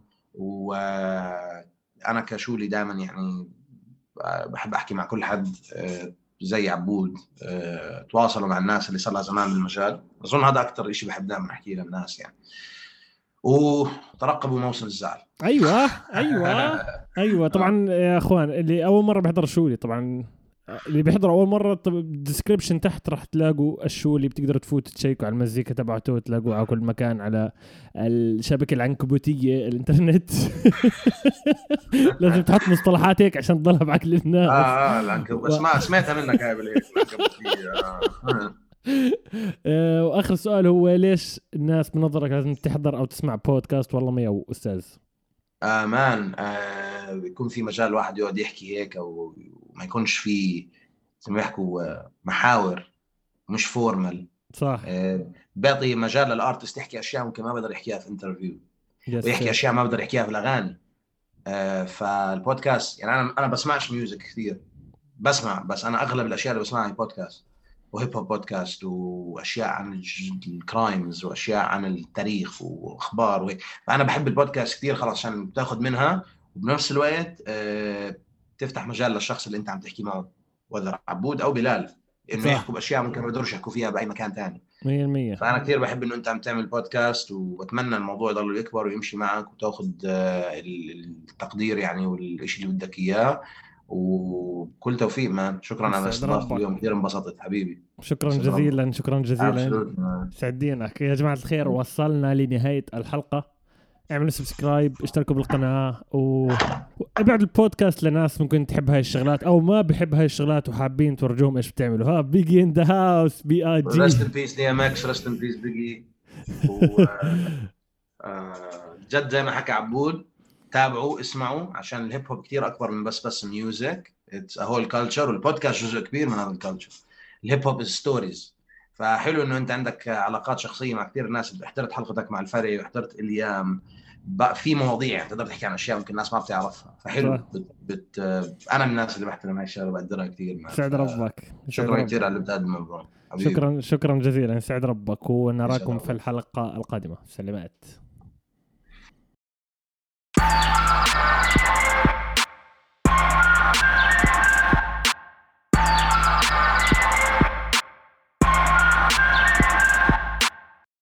Speaker 2: وانا كشولي دائما يعني بحب احكي مع كل حد زي عبود، تواصلوا مع الناس اللي صار لها زمان بالمجال. اظن هذا اكثر شيء بحب دائما احكيه للناس يعني. وترقبوا موسم الزعل.
Speaker 1: ايوه طبعا يا اخوان اللي اول مره بحضر شولي، طبعا اللي بيحضروا اول مره الديسكريبشن تحت راح تلاقوا الشو اللي بتقدروا تفوتوا تشيكوا على المزيكا تبعته، تلاقوه على كل مكان على الشبكه العنكبوتيه الانترنت. لازم تحط مصطلحات هيك عشان تضلها بعقل الناس.
Speaker 2: العنكبوت سمعتها منك هاي العنكبوتيه.
Speaker 1: واخر سؤال هو ليش الناس بنظرك لازم تحضر او تسمع بودكاست والله مية استاذ؟
Speaker 2: مان بيكون في مجال الواحد يقعد يحكي هيك وما يكونش في زي ما يحكوا محاور مش فورمال.
Speaker 1: صح.
Speaker 2: بيعطي مجال للارتست يحكي اشياء ممكن ما بقدر يحكيها في انترفيو، ويحكي اشياء ما بقدر يحكيها في الاغاني. فالبودكاست يعني انا بسمعش ميوزك كثير، بسمع بس انا اغلب الاشياء اللي بسمعها هي بودكاست وهيب هوب بودكاست واشياء عن الكرايمز واشياء عن التاريخ واخبار وهيك. فانا بحب البودكاست كثير خلاص عشان بتاخذ منها وبنفس الوقت تفتح مجال للشخص اللي انت عم تحكي معه، ولا عبود او بلال، انه يحكوا باشياء ممكن ما يقدروش يحكوا فيها باي مكان ثاني
Speaker 1: 100%.
Speaker 2: فانا كثير بحب انه انت عم تعمل بودكاست، واتمنى الموضوع يضل يكبر ويمشي معك وتاخذ التقدير يعني والشيء اللي بدك اياه. وكل توفيق مان. شكرا على الاستضافه اليوم، كثير انبسطت حبيبي.
Speaker 1: شكرا جزيلا. شكرا جزيلا. سعدينك يا جماعه الخير. وصلنا لنهايه الحلقه. اعملوا سبسكرايب، اشتركوا بالقناه، وابعد البودكاست لناس ممكن تحب هاي الشغلات او ما بحب هاي الشغلات وحابين تورجوهم ايش بتعملوا. ها بيجي ان ذا هاوس BIG.
Speaker 2: رست ان بيس دي ام اكس، رست ان بيس بيجي. جد زي ما حكى عبود، تابعوا اسمعوا عشان الهيب هوب كتير اكبر من بس ميوزك. اتس ا هول كلتشر، والبودكاست جزء كبير من هذا الكلتشر. الهيب هوب از ستوريز. فحلو انه انت عندك علاقات شخصيه مع كثير ناس. حضرت حلقتك مع الفري وحضرت اليام، في مواضيع تقدر تحكي عن اشياء ممكن الناس ما بتعرفها. فحلو انا من الناس اللي بحترم هاي الشغله وبقدرها كثير.
Speaker 1: سعد ربك.
Speaker 2: شكرا كثير على اللي بتقدمه.
Speaker 1: شكرا جزيلا. سعد ربك، ونراكم في الحلقه القادمه. سلامات.